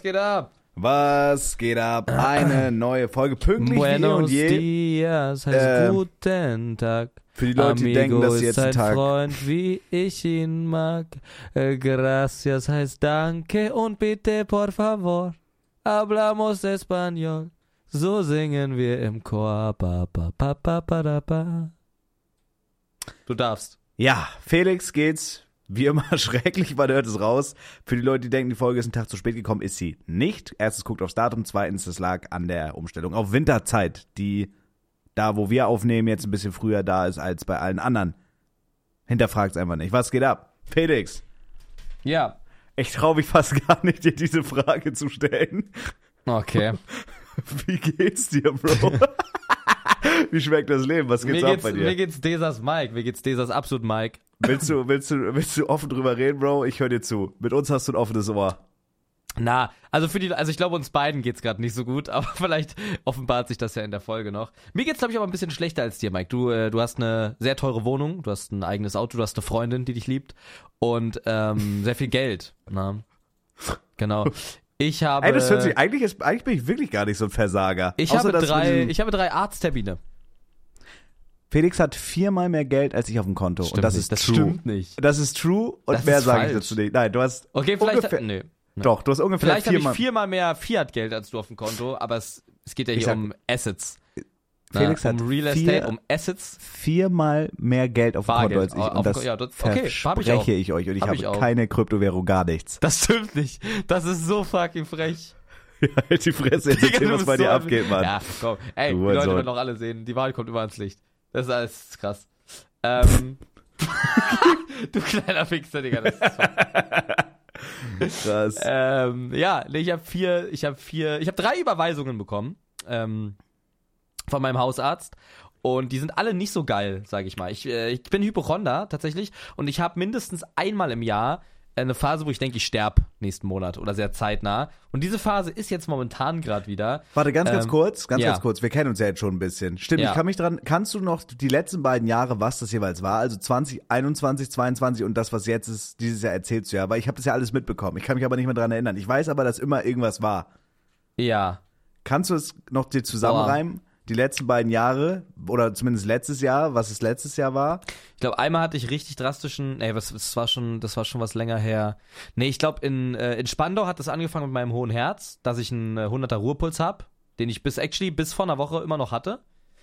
geht ab? Was geht ab? Eine neue Folge, pünktlich wie eh und je. Dias heißt guten Tag. Für die Leute, die denken, dass sie jetzt einen Tag... Freund, wie ich ihn mag. Gracias heißt danke und bitte por favor. Hablamos español. So singen wir im Chor. Ba, ba, ba, ba, ba, da, ba. Du darfst. Ja, Felix geht's wie immer schrecklich, weil er hört es raus. Für die Leute, die denken, die Folge ist einen Tag zu spät gekommen, ist sie nicht. Erstens guckt aufs Datum, zweitens, das lag an der Umstellung auf Winterzeit, die da, wo wir aufnehmen, jetzt ein bisschen früher da ist als bei allen anderen. Hinterfragt's einfach nicht. Was geht ab? Felix. Ja. Ich traue mich fast gar nicht, dir diese Frage zu stellen. Okay. Wie geht's dir, Bro? Wie schmeckt das Leben? Was geht's ab bei dir? Mir geht's Desas Mike. Mir geht's Desas absolut Mike. Willst du offen drüber reden, Bro? Ich höre dir zu. Mit uns hast du ein offenes Ohr. Also ich glaube, uns beiden geht's gerade nicht so gut, aber vielleicht offenbart sich das ja in der Folge noch. Mir geht's, glaube ich, aber ein bisschen schlechter als dir, Mike. Du hast eine sehr teure Wohnung, du hast ein eigenes Auto, du hast eine Freundin, die dich liebt und sehr viel Geld. Na? Genau. Ich habe... Ey, das hört sich, eigentlich bin ich wirklich gar nicht so ein Versager. Ich habe 3 Arzttermine. Felix hat 4-mal mehr Geld als ich auf dem Konto. Stimmt und das nicht, ist das true. Stimmt nicht. Das ist true und das mehr ist sage ich falsch. dazu nicht. Nein, du hast okay, vielleicht ungefähr... Nee. Doch, du hast ungefähr vielleicht habe ich 4-mal... 4-mal mehr Fiat-Geld als du auf dem Konto, aber es geht ja hier um Assets. Felix hat um Real Estate, um Assets. 4-mal mehr Geld auf dem Konto als ich. Und das verspreche ich euch. Und ich habe keine Kryptowährung, gar nichts. Das stimmt nicht. Das ist so fucking frech. Ja, halt die Fresse, erzähl, was bei dir abgeht, Mann. Ja, komm. Ey, die Leute werden noch alle sehen. Die Wahrheit kommt immer ans Licht. Das ist alles krass. Du kleiner Fixer, Digga. Das ist krass. Ich habe 3 Überweisungen bekommen von meinem Hausarzt und die sind alle nicht so geil, sage ich mal. Ich bin Hypochonder tatsächlich und ich habe mindestens einmal im Jahr eine Phase, wo ich denke, ich sterbe nächsten Monat oder sehr zeitnah. Und diese Phase ist jetzt momentan gerade wieder. Warte, ganz kurz. Wir kennen uns ja jetzt schon ein bisschen. Stimmt, ja. Ich kann mich kannst du noch die letzten beiden Jahre, was das jeweils war, also 2021, 22 und das, was jetzt ist, dieses Jahr erzählst du ja, weil ich habe das ja alles mitbekommen. Ich kann mich aber nicht mehr dran erinnern. Ich weiß aber, dass immer irgendwas war. Ja. Kannst du es noch dir zusammenreimen? Die letzten beiden Jahre, oder zumindest letztes Jahr, was es letztes Jahr war? Ich glaube, einmal hatte ich richtig drastischen, das war schon was länger her. Nee, ich glaube, in Spandau hat das angefangen mit meinem hohen Herz, dass ich einen 100er Ruhepuls habe, den ich bis vor einer Woche immer noch hatte.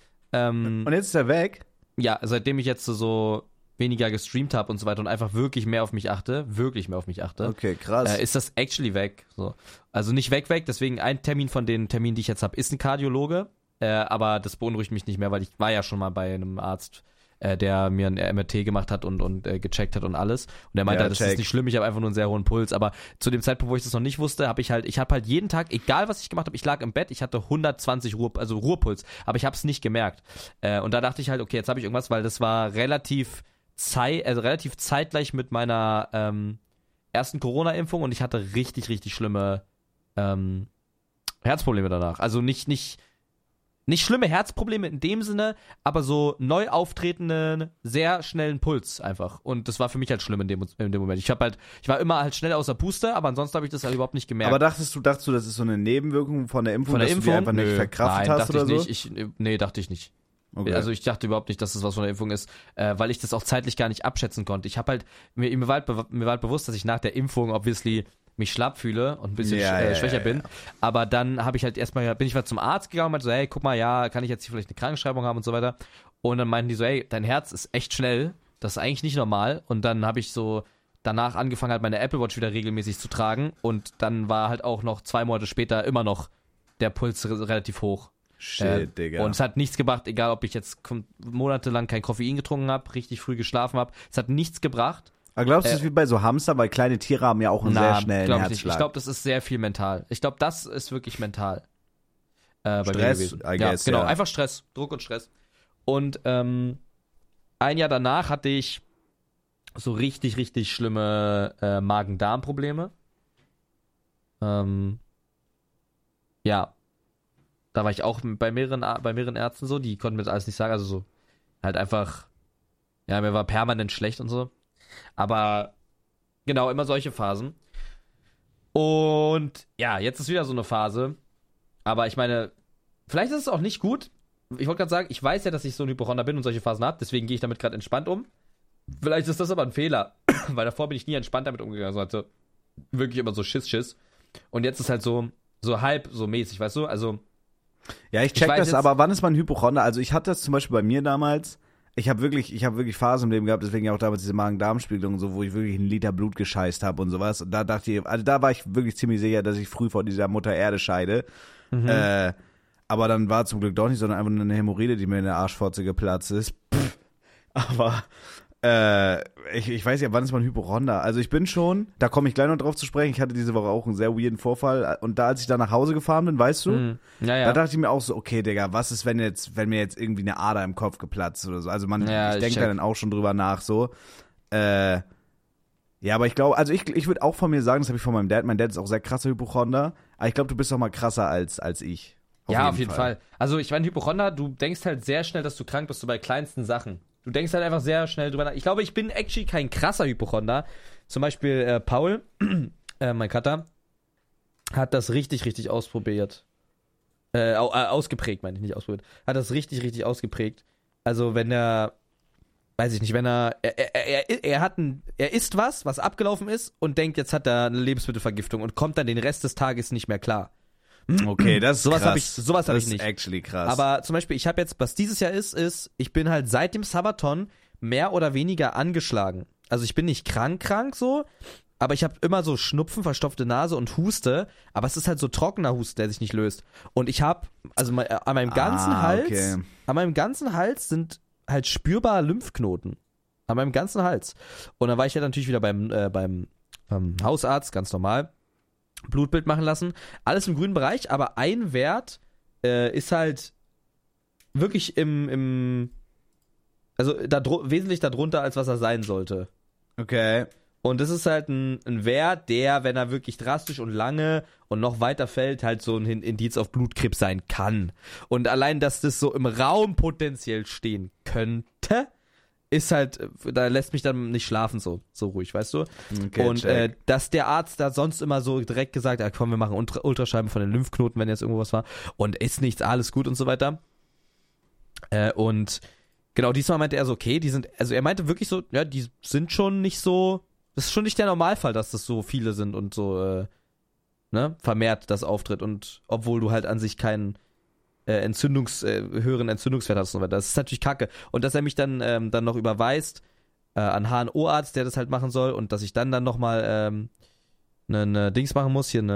Und jetzt ist er weg? Ja, seitdem ich jetzt so weniger gestreamt habe und so weiter und einfach wirklich mehr auf mich achte. Okay, krass. Ist das actually weg. So. Also nicht weg, deswegen ein Termin von den Terminen, die ich jetzt habe, ist ein Kardiologe. Aber das beunruhigt mich nicht mehr, weil ich war ja schon mal bei einem Arzt, der mir ein MRT gemacht hat und gecheckt hat und alles. Und der meinte, das ist nicht schlimm, ich habe einfach nur einen sehr hohen Puls. Aber zu dem Zeitpunkt, wo ich das noch nicht wusste, habe ich halt jeden Tag, egal was ich gemacht habe, ich lag im Bett, ich hatte 120 Ruhepuls, aber ich habe es nicht gemerkt. Und da dachte ich halt, okay, jetzt habe ich irgendwas, weil das war relativ zeitgleich mit meiner ersten Corona-Impfung und ich hatte richtig, richtig schlimme Herzprobleme danach. Also nicht schlimme Herzprobleme in dem Sinne, aber so neu auftretenden, sehr schnellen Puls einfach. Und das war für mich halt schlimm in dem Moment. Ich war immer halt schnell außer Puste, aber ansonsten habe ich das halt überhaupt nicht gemerkt. Aber dachtest du, das ist so eine Nebenwirkung von der Impfung, dass du die einfach nicht verkraftet hast oder so? Nee, dachte ich nicht. Okay. Also ich dachte überhaupt nicht, dass das was von der Impfung ist, weil ich das auch zeitlich gar nicht abschätzen konnte. Ich habe halt, mir war halt bewusst, dass ich nach der Impfung obviously mich schlapp fühle und ein bisschen schwächer bin. Aber dann habe ich halt bin ich mal zum Arzt gegangen und meinte so, hey, guck mal, ja, kann ich jetzt hier vielleicht eine Krankenschreibung haben und so weiter. Und dann meinten die so, hey, dein Herz ist echt schnell, das ist eigentlich nicht normal. Und dann habe ich so danach angefangen, halt meine Apple Watch wieder regelmäßig zu tragen. Und dann war halt auch noch 2 Monate später immer noch der Puls relativ hoch. Shit, Digga. Und es hat nichts gebracht, egal ob ich jetzt monatelang kein Koffein getrunken habe, richtig früh geschlafen habe. Es hat nichts gebracht. Aber glaubst du, das ist wie bei so Hamster, weil kleine Tiere haben ja auch einen sehr schnellen Herzschlag? Ich glaube, das ist sehr viel mental. Ich glaube, das ist wirklich mental. Stress, I guess, genau, einfach Stress, Druck und Stress. Und ein Jahr danach hatte ich so richtig, richtig schlimme Magen-Darm-Probleme. Ja, da war ich auch bei mehreren Ärzten so, die konnten mir das alles nicht sagen, also so halt einfach, ja, mir war permanent schlecht und so. Aber genau, immer solche Phasen. Und ja, jetzt ist wieder so eine Phase. Aber ich meine, vielleicht ist es auch nicht gut. Ich wollte gerade sagen, ich weiß ja, dass ich so ein Hypochonder bin und solche Phasen habe. Deswegen gehe ich damit gerade entspannt um. Vielleicht ist das aber ein Fehler. Weil davor bin ich nie entspannt damit umgegangen. Also hatte wirklich immer so Schiss. Und jetzt ist halt so halb so mäßig, weißt du? Also. Ja, ich check das, aber wann ist man Hypochonder? Also ich hatte das zum Beispiel bei mir damals. Ich habe wirklich Phasen im Leben gehabt, deswegen auch damals diese Magen-Darm-Spiegelung und so, wo ich wirklich 1 Liter Blut gescheißt habe und sowas. Und da dachte ich, also da war ich wirklich ziemlich sicher, dass ich früh vor dieser Mutter Erde scheide. Aber dann war zum Glück doch nicht, sondern einfach nur eine Hämorrhoide, die mir in der Arschfotze geplatzt ist. Aber ich weiß ja, wann ist man Hypochonder? Also ich bin schon, da komme ich gleich noch drauf zu sprechen, ich hatte diese Woche auch einen sehr weirden Vorfall und da, als ich da nach Hause gefahren bin, weißt du, da dachte ich mir auch so, okay, Digga, was ist, wenn mir jetzt irgendwie eine Ader im Kopf geplatzt ist oder so? Also ich denke da dann auch schon drüber nach, so. Ja, aber ich glaube, also ich würde auch von mir sagen, das habe ich von meinem Dad ist auch sehr krasser Hypochonder, aber ich glaube, du bist doch mal krasser als ich. Auf jeden Fall. Also ich meine, Hypochonder, du denkst halt sehr schnell, dass du krank bist, so bei kleinsten Sachen. Du denkst halt einfach sehr schnell drüber nach. Ich glaube, ich bin actually kein krasser Hypochonder. Zum Beispiel Paul, mein Cutter, hat das richtig, richtig ausprobiert. Ausgeprägt, meine ich, nicht ausprobiert. Hat das richtig, richtig ausgeprägt. Also wenn er, weiß ich nicht, wenn er isst was abgelaufen ist und denkt, jetzt hat er eine Lebensmittelvergiftung und kommt dann den Rest des Tages nicht mehr klar. Okay, das ist krass. Sowas habe ich nicht. Das ist actually krass. Aber zum Beispiel, ich habe jetzt, was dieses Jahr ist, ich bin halt seit dem Sabaton mehr oder weniger angeschlagen. Also ich bin nicht krank so, aber ich habe immer so Schnupfen, verstopfte Nase und Huste, aber es ist halt so trockener Husten, der sich nicht löst. Und ich habe, also an meinem ganzen Hals sind halt spürbar Lymphknoten. An meinem ganzen Hals. Und dann war ich ja natürlich wieder beim Hausarzt, ganz normal. Blutbild machen lassen. Alles im grünen Bereich, aber ein Wert ist halt wirklich also wesentlich darunter, als was er sein sollte. Okay. Und das ist halt ein Wert, der, wenn er wirklich drastisch und lange und noch weiter fällt, halt so ein Indiz auf Blutkrebs sein kann. Und allein, dass das so im Raum potenziell stehen könnte, ist halt, da lässt mich dann nicht schlafen so ruhig, weißt du? Okay, und dass der Arzt da sonst immer so direkt gesagt hat, komm, wir machen Ultrascheiben von den Lymphknoten, wenn jetzt irgendwo was war und ist nichts, alles gut und so weiter. Und genau, diesmal meinte er so, okay, er meinte wirklich so, ja, die sind schon nicht so, das ist schon nicht der Normalfall, dass das so viele sind und so, vermehrt das auftritt und obwohl du halt an sich keinen höheren Entzündungswert hast und so weiter. Das ist natürlich kacke. Und dass er mich dann noch überweist an HNO-Arzt, der das halt machen soll und dass ich dann nochmal eine Dings machen muss, hier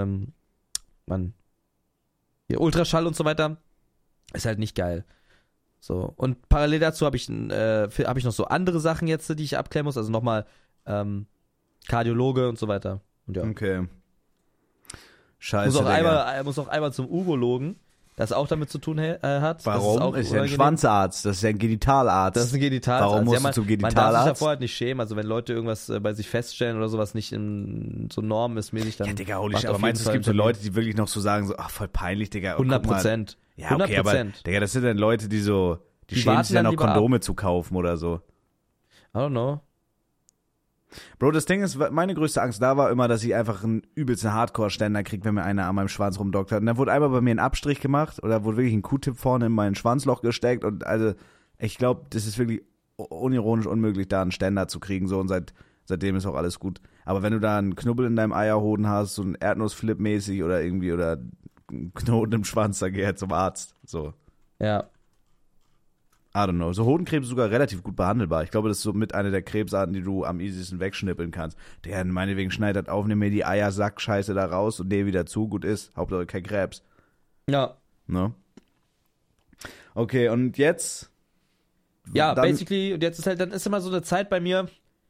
Ultraschall und so weiter, ist halt nicht geil. So. Und parallel dazu habe ich noch so andere Sachen jetzt, die ich abklären muss, also nochmal Kardiologe und so weiter. Und ja. Okay. Scheiße, muss auch einmal zum Urologen, das auch damit zu tun hat. Warum? Das ist ja ein Schwanzarzt, das ist ja ein Genitalarzt. Das ist ein Genitalarzt. Warum musst du zum Genitalarzt? Man darf sich davor halt nicht schämen, also wenn Leute irgendwas bei sich feststellen oder sowas nicht in so Normen ist mäßig, dann... Ja, Digga, holy shit, aber meinst du, es gibt so Leute, die wirklich noch so sagen, so, ach, voll peinlich, Digga. 100%. Ja, okay, 100%. Aber, Digga, das sind dann Leute, die schämen sich dann noch Kondome zu kaufen oder so. I don't know. Bro, das Ding ist, meine größte Angst da war immer, dass ich einfach einen übelsten Hardcore-Ständer kriege, wenn mir einer an meinem Schwanz rumdoktert. Und dann wurde einmal bei mir ein Abstrich gemacht oder wurde wirklich ein Q-Tip vorne in mein Schwanzloch gesteckt. Und also, ich glaube, das ist wirklich unironisch unmöglich, da einen Ständer zu kriegen. So, und seitdem ist auch alles gut. Aber wenn du da einen Knubbel in deinem Eierhoden hast, so einen Erdnussflip mäßig oder einen Knoten im Schwanz, dann geh halt zum Arzt. So. Ja. I don't know. So Hodenkrebs ist sogar relativ gut behandelbar. Ich glaube, das ist so mit einer der Krebsarten, die du am easiesten wegschnippeln kannst. Der meinetwegen schneidet auf, nimm mir die Eiersackscheiße da raus und der wieder zu, gut ist. Hauptsache kein Krebs. Ja. Ne? Okay, und jetzt? Ja, basically, und jetzt ist halt, dann ist immer so eine Zeit bei mir,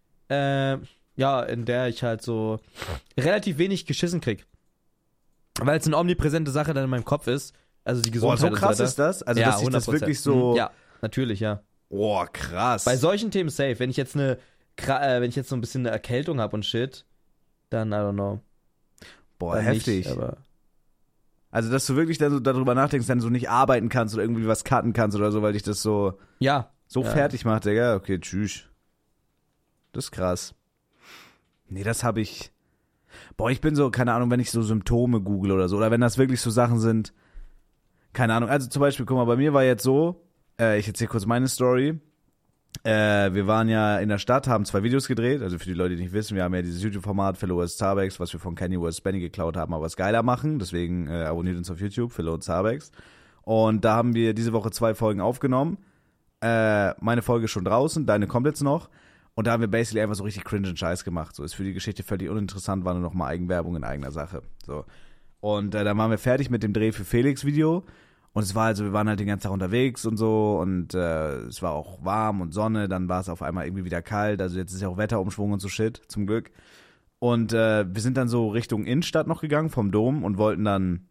in der ich halt so relativ wenig geschissen krieg. Weil es eine omnipräsente Sache dann in meinem Kopf ist. Also die Gesundheit. Boah, so krass ist das? Also, ja, dass sich das wirklich so... Ja, natürlich, ja. Boah, krass. Bei solchen Themen safe. Wenn ich jetzt so ein bisschen eine Erkältung habe und shit, dann, I don't know. Boah, dann heftig. Nicht, aber also, dass du wirklich dann so darüber nachdenkst, dann so nicht arbeiten kannst oder irgendwie was cutten kannst oder so, weil dich das so fertig macht, Digga. Okay, tschüss. Das ist krass. Nee, das habe ich... Boah, ich bin so, keine Ahnung, wenn ich so Symptome google oder so, oder wenn das wirklich so Sachen sind, keine Ahnung, also zum Beispiel, guck mal, bei mir war jetzt so, ich erzähle kurz meine Story. Wir waren ja in der Stadt, haben 2 Videos gedreht, also für die Leute, die nicht wissen, wir haben ja dieses YouTube-Format Philo vs. Zabex, was wir von Kanye vs. Benny geklaut haben, aber es geiler machen, deswegen abonniert uns auf YouTube, Philo vs. Zabex. Und da haben wir diese Woche 2 Folgen aufgenommen. Meine Folge ist schon draußen, deine kommt jetzt noch. Und da haben wir basically einfach so richtig cringe Scheiß gemacht. So ist für die Geschichte völlig uninteressant, war nur noch mal Eigenwerbung in eigener Sache. So. Und dann waren wir fertig mit dem Dreh für Felix Video. Und es war also, wir waren halt den ganzen Tag unterwegs und so. Und es war auch warm und Sonne. Dann war es auf einmal irgendwie wieder kalt. Also jetzt ist ja auch Wetterumschwung und so Shit, zum Glück. Und wir sind dann so Richtung Innenstadt noch gegangen vom Dom und wollten dann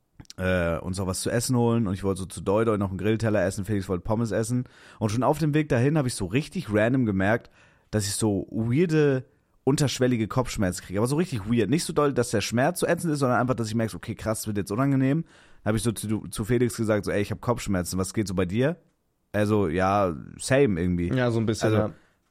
uns auch was zu essen holen und ich wollte so zu Doi noch einen Grillteller essen, Felix wollte Pommes essen und schon auf dem Weg dahin habe ich so richtig random gemerkt, dass ich so weirde, unterschwellige Kopfschmerzen kriege, aber so richtig weird, nicht so doll, dass der Schmerz so ätzend ist, sondern einfach, dass ich merke, okay, krass, das wird jetzt unangenehm, dann habe ich so zu Felix gesagt, so ey, ich habe Kopfschmerzen, was geht so bei dir? Also, ja, same irgendwie. Ja, so ein bisschen, also, ja.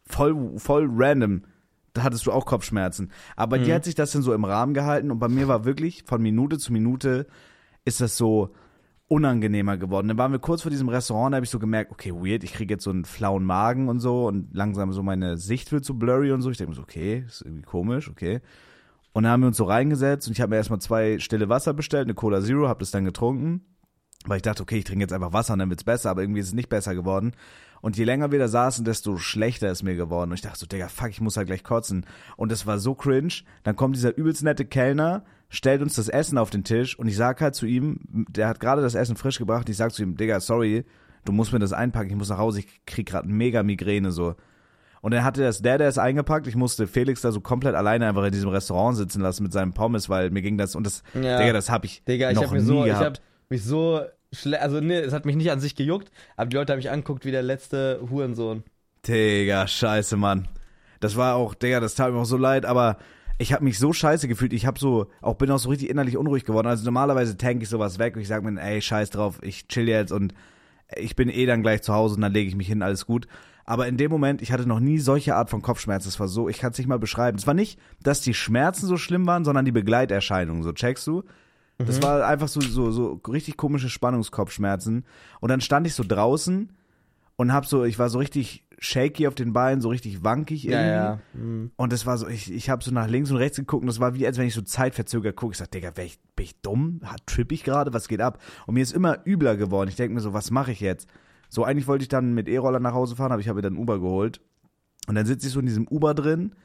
Voll random. Da hattest du auch Kopfschmerzen. Aber dir hat sich das dann so im Rahmen gehalten und bei mir war wirklich von Minute zu Minute ist das so unangenehmer geworden. Dann waren wir kurz vor diesem Restaurant, da habe ich so gemerkt, okay, weird, ich kriege jetzt so einen flauen Magen und so und langsam so meine Sicht wird so blurry und so. Ich denke mir so, okay, ist irgendwie komisch, okay. Und dann haben wir uns so reingesetzt und ich habe mir erstmal 2 stille Wasser bestellt, eine Cola Zero, habe das dann getrunken, weil ich dachte, okay, ich trinke jetzt einfach Wasser und dann wird's besser, aber irgendwie ist es nicht besser geworden. Und je länger wir da saßen, desto schlechter ist mir geworden. Und ich dachte so, Digga, fuck, ich muss halt gleich kotzen. Und das war so cringe. Dann kommt dieser übelst nette Kellner, stellt uns das Essen auf den Tisch und ich sag halt zu ihm, der hat gerade das Essen frisch gebracht, ich sag zu ihm, Digga, sorry, du musst mir das einpacken, ich muss nach Hause, ich krieg gerade mega Migräne so. Und dann hatte der es eingepackt, ich musste Felix da so komplett alleine einfach in diesem Restaurant sitzen lassen mit seinem Pommes, weil mir ging das, und das, Ja. Digga, das hab ich noch nie Ich gehabt. hab mich so also nee, es hat mich nicht an sich gejuckt, aber die Leute haben mich angeguckt wie der letzte Hurensohn. Digga, scheiße, Mann. Das war auch, Digga, das tat mir auch so leid, aber ich habe mich so scheiße gefühlt, bin auch so richtig innerlich unruhig geworden. Also normalerweise tank ich sowas weg und ich sag mir, ey, scheiß drauf, ich chill jetzt und ich bin dann gleich zu Hause und dann lege ich mich hin, alles gut. Aber in dem Moment, ich hatte noch nie solche Art von Kopfschmerzen, das war so, ich kann es nicht mal beschreiben. Es war nicht, dass die Schmerzen so schlimm waren, sondern die Begleiterscheinungen, so checkst du? Das war einfach so richtig komische Spannungskopfschmerzen. Und dann stand ich so draußen und ich war so richtig shaky auf den Beinen, so richtig wankig irgendwie. Ja. Und das war so, ich habe so nach links und rechts geguckt und das war wie, als wenn ich so zeitverzögert gucke. Ich sag, Digga, bin ich dumm? Tripp ich gerade? Was geht ab? Und mir ist immer übler geworden. Ich denke mir so, was mache ich jetzt? So, eigentlich wollte ich dann mit E-Roller nach Hause fahren, aber ich habe mir dann Uber geholt. Und dann sitze ich so in diesem Uber drin.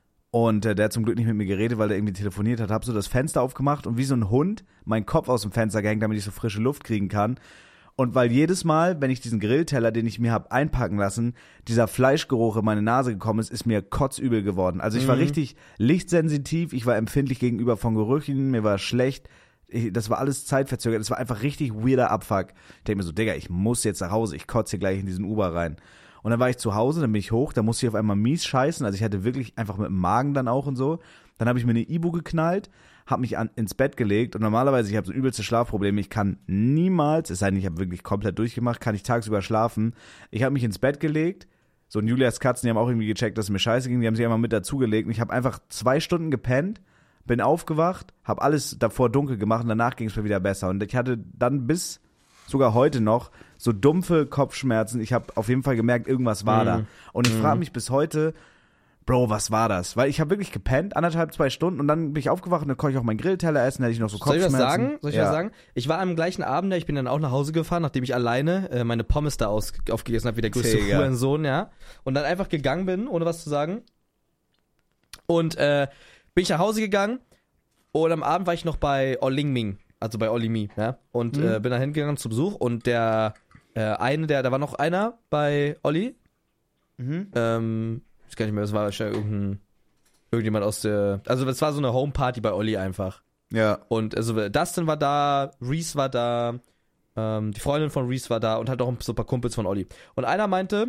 Und der hat zum Glück nicht mit mir geredet, weil der irgendwie telefoniert hat. Hab so das Fenster aufgemacht und wie so ein Hund meinen Kopf aus dem Fenster gehängt, damit ich so frische Luft kriegen kann. Und weil jedes Mal, wenn ich diesen Grillteller, den ich mir hab einpacken lassen, dieser Fleischgeruch in meine Nase gekommen ist mir kotzübel geworden. Also ich war richtig lichtsensitiv, ich war empfindlich gegenüber von Gerüchen, mir war schlecht. Das war alles zeitverzögert, das war einfach richtig weirder Abfuck. Ich denke mir so, Digga, ich muss jetzt nach Hause, ich kotze hier gleich in diesen Uber rein. Und dann war ich zu Hause, dann bin ich hoch, da musste ich auf einmal mies scheißen, also ich hatte wirklich einfach mit dem Magen dann auch und so. Dann habe ich mir eine Ibu geknallt, habe mich ins Bett gelegt und normalerweise, ich habe so übelste Schlafprobleme, ich kann niemals, es sei denn, ich habe wirklich komplett durchgemacht, kann ich tagsüber schlafen. Ich habe mich ins Bett gelegt, so und Julias Katzen, die haben auch irgendwie gecheckt, dass es mir scheiße ging, die haben sich einmal mit dazugelegt und ich habe einfach 2 Stunden gepennt, bin aufgewacht, habe alles davor dunkel gemacht und danach ging es mir wieder besser. Und ich hatte dann bis sogar heute noch so dumpfe Kopfschmerzen. Ich habe auf jeden Fall gemerkt, irgendwas war da. Und ich frage mich bis heute, Bro, was war das? Weil ich habe wirklich gepennt, 1,5-2 Stunden und dann bin ich aufgewacht und dann konnte ich auch meinen Grillteller essen, dann hätte ich noch so Kopfschmerzen. Soll ich was sagen? Ich war am gleichen Abend, ich bin dann auch nach Hause gefahren, nachdem ich alleine meine Pommes da aufgegessen habe, wie der größte Hurensohn, ja. Und dann einfach gegangen bin, ohne was zu sagen. Und bin ich nach Hause gegangen und am Abend war ich noch bei Olingming, also bei Olimi, ja. Und bin da hingegangen zu Besuch und da war noch einer bei Olli. Ich weiß gar nicht mehr, das war wahrscheinlich irgendjemand aus der, also es war so eine Homeparty bei Olli einfach. Ja. Und also Dustin war da, Reese war da, die Freundin von Reese war da und halt auch so ein paar Kumpels von Olli. Und einer meinte,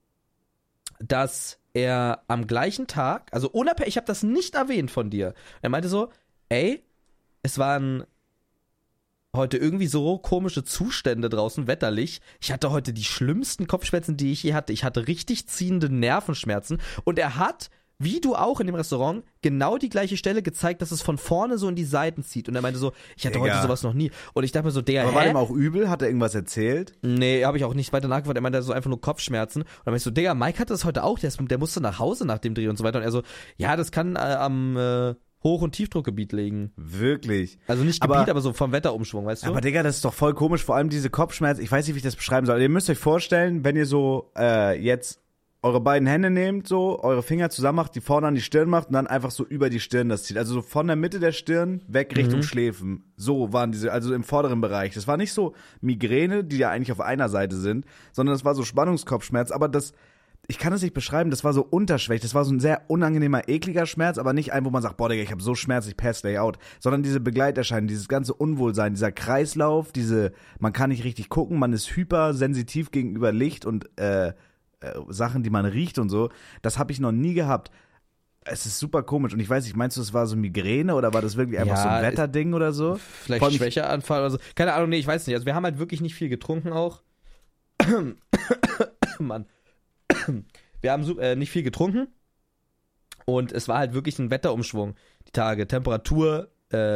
dass er am gleichen Tag, also unabhängig, ich habe das nicht erwähnt von dir, er meinte so, ey, es waren heute irgendwie so komische Zustände draußen, wetterlich. Ich hatte heute die schlimmsten Kopfschmerzen, die ich je hatte. Ich hatte richtig ziehende Nervenschmerzen und er hat wie du auch in dem Restaurant, genau die gleiche Stelle gezeigt, dass es von vorne so in die Seiten zieht. Und er meinte so, ich hatte heute sowas noch nie. Und ich dachte mir so, Aber war ihm auch übel? Hat er irgendwas erzählt? Nee, habe ich auch nicht weiter nachgefragt. Er meinte so einfach nur Kopfschmerzen. Und dann meinte ich so, Digga, Mike hatte das heute auch. Der musste nach Hause nach dem Dreh und so weiter. Und er so, ja, das kann am Hoch- und Tiefdruckgebiet liegen. Wirklich? Also nicht Gebiet, aber so vom Wetterumschwung, weißt du? Aber Digga, das ist doch voll komisch. Vor allem diese Kopfschmerzen. Ich weiß nicht, wie ich das beschreiben soll. Ihr müsst euch vorstellen, wenn ihr so jetzt eure beiden Hände nehmt, so eure Finger zusammen macht, die vorne an die Stirn macht und dann einfach so über die Stirn das zieht. Also so von der Mitte der Stirn weg Richtung Schläfen. So waren diese, also im vorderen Bereich. Das war nicht so Migräne, die ja eigentlich auf einer Seite sind, sondern das war so Spannungskopfschmerz. Aber das, ich kann es nicht beschreiben, das war so unterschwellig. Das war so ein sehr unangenehmer, ekliger Schmerz, aber nicht ein, wo man sagt, boah, Digga, ich habe so Schmerz, ich pass gleich out. Sondern diese Begleiterscheinungen, dieses ganze Unwohlsein, dieser Kreislauf, man kann nicht richtig gucken, man ist hypersensitiv gegenüber Licht und Sachen, die man riecht und so, das habe ich noch nie gehabt. Es ist super komisch und ich weiß nicht, meinst du, es war so Migräne oder war das wirklich einfach so ein Wetterding oder so? Vielleicht Schwächeanfall oder so. Keine Ahnung, nee, ich weiß nicht. Also wir haben halt wirklich nicht viel getrunken auch. Mann. Wir haben nicht viel getrunken und es war halt wirklich ein Wetterumschwung. Die Tage, Temperatur,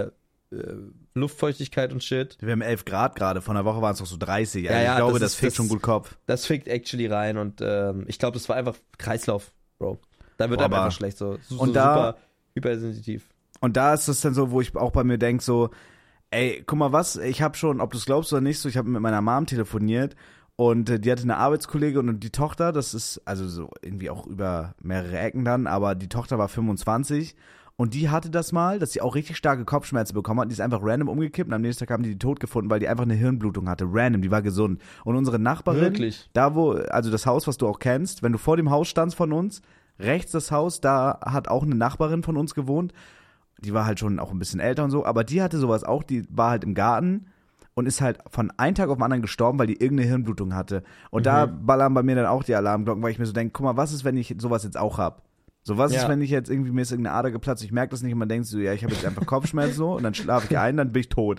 Luftfeuchtigkeit und Shit. Wir haben 11 Grad gerade, vor einer Woche waren es doch so 30. Also ja, ich glaube, das fickt schon gut Kopf. Das fickt actually rein und ich glaube, das war einfach Kreislauf, Bro. Da wird einem einfach schlecht, so super hypersensitiv. Und da ist es dann so, wo ich auch bei mir denke, so, ey, guck mal was, ich habe schon, ob du es glaubst oder nicht, so, ich habe mit meiner Mom telefoniert und die hatte eine Arbeitskollegin und die Tochter, das ist also so irgendwie auch über mehrere Ecken dann, aber die Tochter war 25 und die hatte das mal, dass sie auch richtig starke Kopfschmerzen bekommen hat. Die ist einfach random umgekippt und am nächsten Tag haben die tot gefunden, weil die einfach eine Hirnblutung hatte. Random, die war gesund. Und unsere Nachbarin, wirklich? Da wo, also das Haus, was du auch kennst, wenn du vor dem Haus standst von uns, rechts das Haus, da hat auch eine Nachbarin von uns gewohnt. Die war halt schon auch ein bisschen älter und so, aber die hatte sowas auch, die war halt im Garten und ist halt von einem Tag auf den anderen gestorben, weil die irgendeine Hirnblutung hatte. Und da ballern bei mir dann auch die Alarmglocken, weil ich mir so denke, guck mal, was ist, wenn ich sowas jetzt auch hab? So, was ist, wenn ich jetzt irgendwie, mir ist irgendeine Ader geplatzt, ich merke das nicht und man denkt so, ja, ich habe jetzt einfach Kopfschmerzen so und dann schlafe ich ein, dann bin ich tot.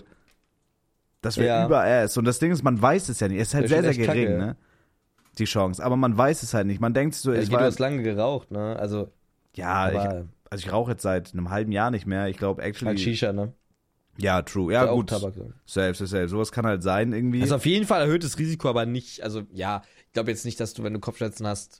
Das wäre überass. Und das Ding ist, man weiß es ja nicht. Es ist halt sehr, sehr gering, Kacke, ne? Die Chance. Aber man weiß es halt nicht. Man denkt so, du hast lange geraucht, ne? Also. Ja, ich rauche jetzt seit einem halben Jahr nicht mehr. Ich glaube, actually. Halt Shisha, ne? Ja, true. Ja, gut. Tabak. Selbst. Sowas kann halt sein, irgendwie. Also auf jeden Fall erhöhtes Risiko, aber nicht, also ja, ich glaube jetzt nicht, dass du, wenn du Kopfschmerzen hast,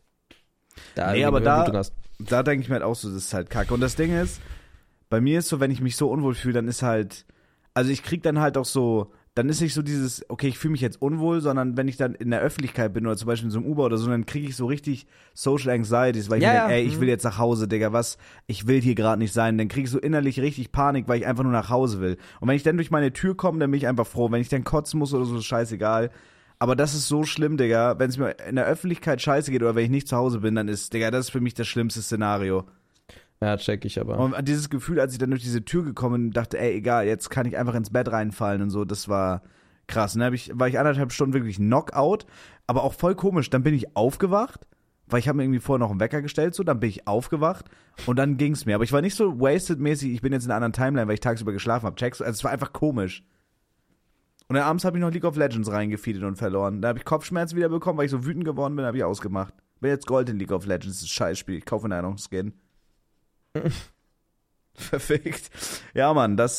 aber da denke ich mir halt auch so, das ist halt kacke. Und das Ding ist, bei mir ist so, wenn ich mich so unwohl fühle, dann ist halt, also ich krieg dann halt auch so, dann ist nicht so dieses, okay, ich fühle mich jetzt unwohl, sondern wenn ich dann in der Öffentlichkeit bin oder zum Beispiel in so einem Uber oder so, dann kriege ich so richtig Social Anxieties, weil ich mir denke, ey, ich will jetzt nach Hause, Digga, ich will hier gerade nicht sein. Dann kriege ich so innerlich richtig Panik, weil ich einfach nur nach Hause will. Und wenn ich dann durch meine Tür komme, dann bin ich einfach froh. Wenn ich dann kotzen muss oder so, ist scheißegal. Aber das ist so schlimm, Digga, wenn es mir in der Öffentlichkeit scheiße geht oder wenn ich nicht zu Hause bin, dann ist, Digga, das ist für mich das schlimmste Szenario. Ja, check ich aber. Und dieses Gefühl, als ich dann durch diese Tür gekommen bin, dachte, ey, egal, jetzt kann ich einfach ins Bett reinfallen und so, das war krass. Dann war ich 1,5 Stunden wirklich Knockout, aber auch voll komisch. Dann bin ich aufgewacht, weil ich habe mir irgendwie vorher noch einen Wecker gestellt, so, dann bin ich aufgewacht und dann ging's mir. Aber ich war nicht so wasted-mäßig, ich bin jetzt in einer anderen Timeline, weil ich tagsüber geschlafen habe. Checkst du? Also es war einfach komisch. Und dann abends habe ich noch League of Legends reingefeedet und verloren. Da habe ich Kopfschmerzen wieder bekommen, weil ich so wütend geworden bin, habe ich ausgemacht. Bin jetzt Gold in League of Legends, das ist ein Scheißspiel. Ich kaufe einen Skin. Verfickt. Ja, Mann, das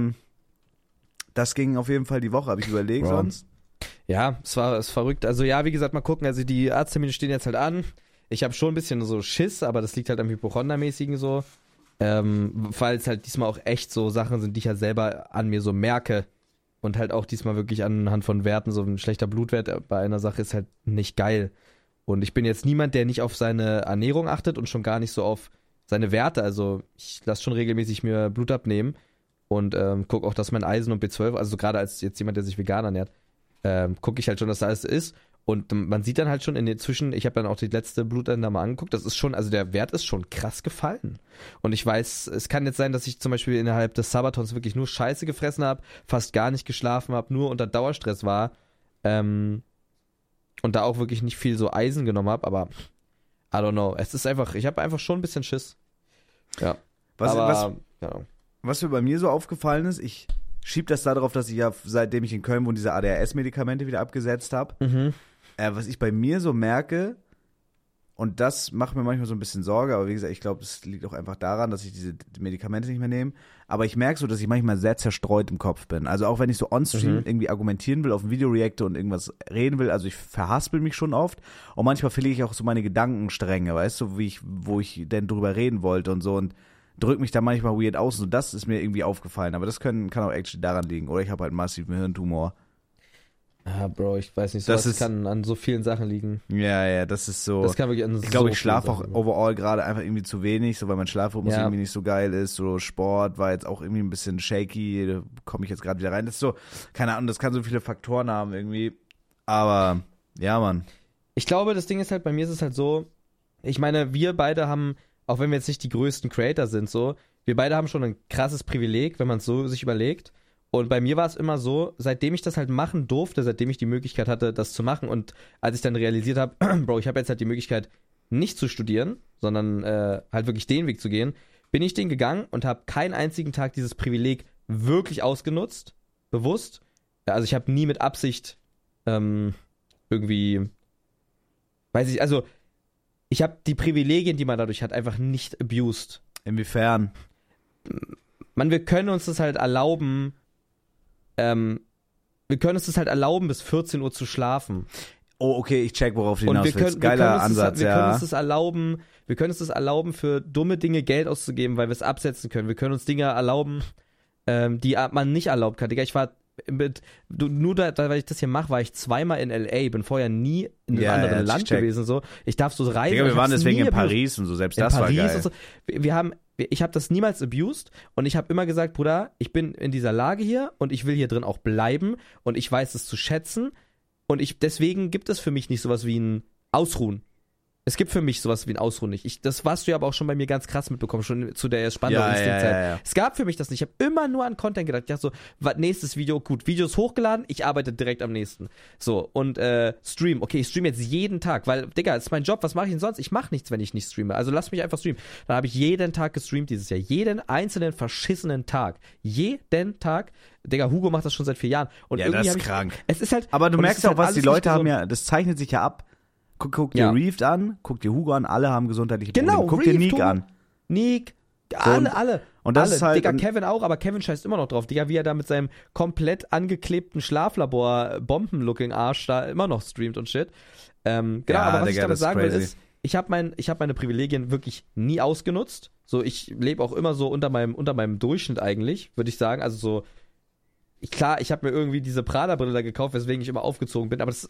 ging auf jeden Fall die Woche, habe ich überlegt sonst. Ja, es ist verrückt. Also ja, wie gesagt, mal gucken. Also die Arzttermine stehen jetzt halt an. Ich habe schon ein bisschen so Schiss, aber das liegt halt am Hypochondermäßigen so. Weil es halt diesmal auch echt so Sachen sind, die ich halt selber an mir so merke. Und halt auch diesmal wirklich anhand von Werten, so ein schlechter Blutwert bei einer Sache ist halt nicht geil. Und ich bin jetzt niemand, der nicht auf seine Ernährung achtet und schon gar nicht so auf seine Werte. Also ich lasse schon regelmäßig mir Blut abnehmen und gucke auch, dass mein Eisen und B12, also gerade als jetzt jemand, der sich vegan ernährt, gucke ich halt schon, dass da alles ist. Und man sieht dann halt schon in den ich habe dann auch die letzte Blutentnahme angeguckt, das ist schon, also der Wert ist schon krass gefallen. Und ich weiß, es kann jetzt sein, dass ich zum Beispiel innerhalb des Sabatons wirklich nur Scheiße gefressen habe, fast gar nicht geschlafen habe, nur unter Dauerstress war und da auch wirklich nicht viel so Eisen genommen habe, aber I don't know, es ist einfach, ich habe einfach schon ein bisschen Schiss. Ja. Was mir bei mir so aufgefallen ist, ich schieb das darauf, dass ich ja, seitdem ich in Köln wohne, diese ADHS-Medikamente wieder abgesetzt habe. Was ich bei mir so merke, Und das macht mir manchmal so ein bisschen Sorge, aber wie gesagt, ich glaube, es liegt auch einfach daran, dass ich diese Medikamente nicht mehr nehme. Aber ich merke so, dass ich manchmal sehr zerstreut im Kopf bin. Also auch wenn ich so on-stream irgendwie argumentieren will, auf ein Video reacte und irgendwas reden will, also ich verhaspel mich schon oft. Und manchmal verliere ich auch so meine Gedankenstränge, weißt du, wo ich denn drüber reden wollte und so und drück mich da manchmal weird aus. Und das ist mir irgendwie aufgefallen. Aber das kann auch actually daran liegen. Oder ich habe halt massiven Hirntumor. Ah, Bro, ich weiß nicht, das kann an so vielen Sachen liegen. Ja, das ist so. Das kann wirklich an ich glaube, so ich schlafe auch vielen Sachen overall gerade einfach irgendwie zu wenig, so weil mein Schlafrhythmus irgendwie nicht so geil ist. So Sport war jetzt auch irgendwie ein bisschen shaky, da komme ich jetzt gerade wieder rein. Das ist so, keine Ahnung, das kann so viele Faktoren haben irgendwie. Aber, ja, Mann. Ich glaube, das Ding ist halt, bei mir ist es halt so, ich meine, wir beide haben, auch wenn wir jetzt nicht die größten Creator sind, so, wir beide haben schon ein krasses Privileg, wenn man es so sich überlegt. Und bei mir war es immer so, seitdem ich das halt machen durfte, seitdem ich die Möglichkeit hatte, das zu machen und als ich dann realisiert habe, Bro, ich habe jetzt halt die Möglichkeit, nicht zu studieren, sondern halt wirklich den Weg zu gehen, bin ich den gegangen und habe keinen einzigen Tag dieses Privileg wirklich ausgenutzt, bewusst. Also ich habe nie mit Absicht irgendwie, weiß ich, also ich habe die Privilegien, die man dadurch hat, einfach nicht abused. Inwiefern? Wir können uns das halt erlauben, bis 14 Uhr zu schlafen. Oh, okay, ich check, worauf du hinaus willst. Geiler Ansatz, ja. Wir können uns das erlauben, für dumme Dinge Geld auszugeben, weil wir es absetzen können. Wir können uns Dinge erlauben, die man nicht erlaubt kann. Digga, ich war weil ich das hier mache, war ich zweimal in L.A., bin vorher nie in einem anderen Land gewesen. So. Ich darf so reisen. Digga, wir waren deswegen in Paris und so, selbst das war geil. So. Ich habe das niemals abused und ich habe immer gesagt, Bruder, ich bin in dieser Lage hier und ich will hier drin auch bleiben und ich weiß es zu schätzen und deswegen gibt es für mich nicht sowas wie ein Ausruhen. Es gibt für mich sowas wie ein Ausruhen nicht. Das warst du ja aber auch schon bei mir ganz krass mitbekommen, schon zu der Spannung-Instinkt-Zeit. Ja. Es gab für mich das nicht. Ich habe immer nur an Content gedacht. Ich dachte so, nächstes Video, gut, Videos hochgeladen, ich arbeite direkt am nächsten. So, und Stream. Okay, ich streame jetzt jeden Tag, weil, Digga, das ist mein Job, was mache ich denn sonst? Ich mache nichts, wenn ich nicht streame. Also lass mich einfach streamen. Dann habe ich jeden Tag gestreamt dieses Jahr. Jeden einzelnen verschissenen Tag. Jeden Tag. Digga, Hugo macht das schon seit 4 Jahren. Und ja, irgendwie das ist krank. Es ist halt, aber du merkst auch, halt was die Leute haben ja, das zeichnet sich ja ab. Guck dir Reeft an, guck dir Hugo an, alle haben gesundheitliche Probleme. Guck dir Nick an. Nick, alle. Und das alle. ist halt, Digga, Kevin auch, aber Kevin scheißt immer noch drauf. Digga, wie er da mit seinem komplett angeklebten Schlaflabor-Bombenlooking-Arsch da immer noch streamt und shit. Genau, aber was Digga, ich damit sagen will ist, ich hab meine Privilegien wirklich nie ausgenutzt. So, ich lebe auch immer so unter meinem Durchschnitt eigentlich, würde ich sagen. Also so, klar, ich habe mir irgendwie diese Prada-Brille da gekauft, weswegen ich immer aufgezogen bin, aber das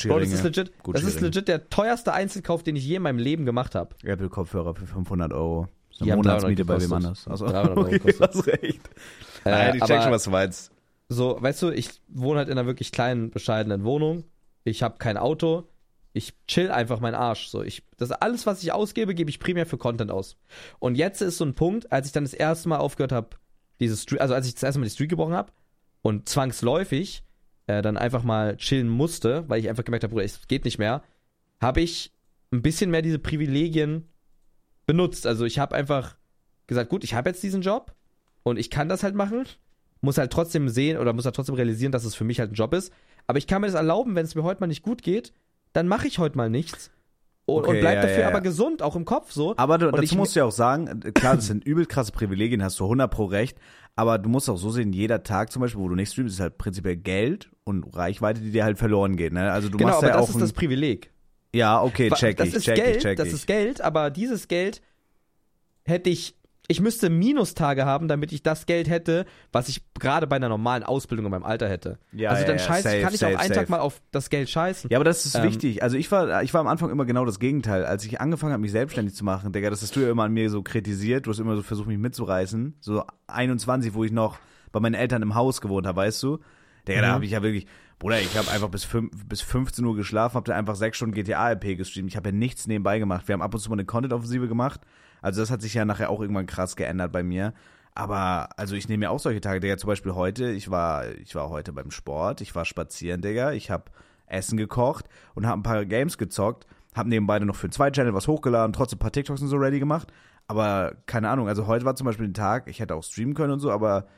ist legit der teuerste Einzelkauf, den ich je in meinem Leben gemacht habe. Apple-Kopfhörer für 500 €. Die haben Monatsmiete bei wem anders. Also, 300 Euro kostet. Du hast recht. Nein, ich check schon, was du meinst. So, weißt du, ich wohne halt in einer wirklich kleinen, bescheidenen Wohnung. Ich habe kein Auto. Ich chill einfach meinen Arsch. So, das alles, was ich ausgebe, gebe ich primär für Content aus. Und jetzt ist so ein Punkt, als ich dann das erste Mal aufgehört habe, als ich das erste Mal die Streak gebrochen habe, und zwangsläufig dann einfach mal chillen musste, weil ich einfach gemerkt habe, Bruder, es geht nicht mehr, habe ich ein bisschen mehr diese Privilegien benutzt. Also ich habe einfach gesagt, gut, ich habe jetzt diesen Job und ich kann das halt machen, muss halt trotzdem sehen oder muss halt trotzdem realisieren, dass es für mich halt ein Job ist, aber ich kann mir das erlauben, wenn es mir heute mal nicht gut geht, dann mache ich heute mal nichts. Und bleib dafür aber gesund, auch im Kopf so. Aber dazu musst du ja auch sagen, klar, das sind übel krasse Privilegien, hast du 100% recht, aber du musst auch so sehen, jeder Tag zum Beispiel, wo du nicht streamst, ist halt prinzipiell Geld und Reichweite, die dir halt verloren geht, ne? Also du machst ja auch das ist das Privileg. Ja, okay, check ich. Das ist Geld, aber dieses Geld hätte ich müsste Minustage haben, damit ich das Geld hätte, was ich gerade bei einer normalen Ausbildung in meinem Alter hätte. Ja, also dann kann ich auch einen safe. Tag mal auf das Geld scheißen. Ja, aber das ist wichtig. Also ich war am Anfang immer genau das Gegenteil. Als ich angefangen habe, mich selbstständig zu machen, Digga, das hast du ja immer an mir so kritisiert. Du hast immer so versucht, mich mitzureißen. So 21, wo ich noch bei meinen Eltern im Haus gewohnt habe, weißt du? Digga, da habe ich ja wirklich, Bruder, ich habe einfach bis 15 Uhr geschlafen, habe dann einfach 6 Stunden GTA-RP gestreamt. Ich habe ja nichts nebenbei gemacht. Wir haben ab und zu mal eine Content-Offensive gemacht. Also das hat sich ja nachher auch irgendwann krass geändert bei mir. Aber, also ich nehme mir auch solche Tage, Digga, zum Beispiel heute, ich war heute beim Sport, ich war spazieren, Digga, ich habe Essen gekocht und habe ein paar Games gezockt, habe nebenbei noch für 2 Channel was hochgeladen, trotzdem ein paar TikToks und so ready gemacht. Aber keine Ahnung, also heute war zum Beispiel ein Tag, ich hätte auch streamen können und so, aber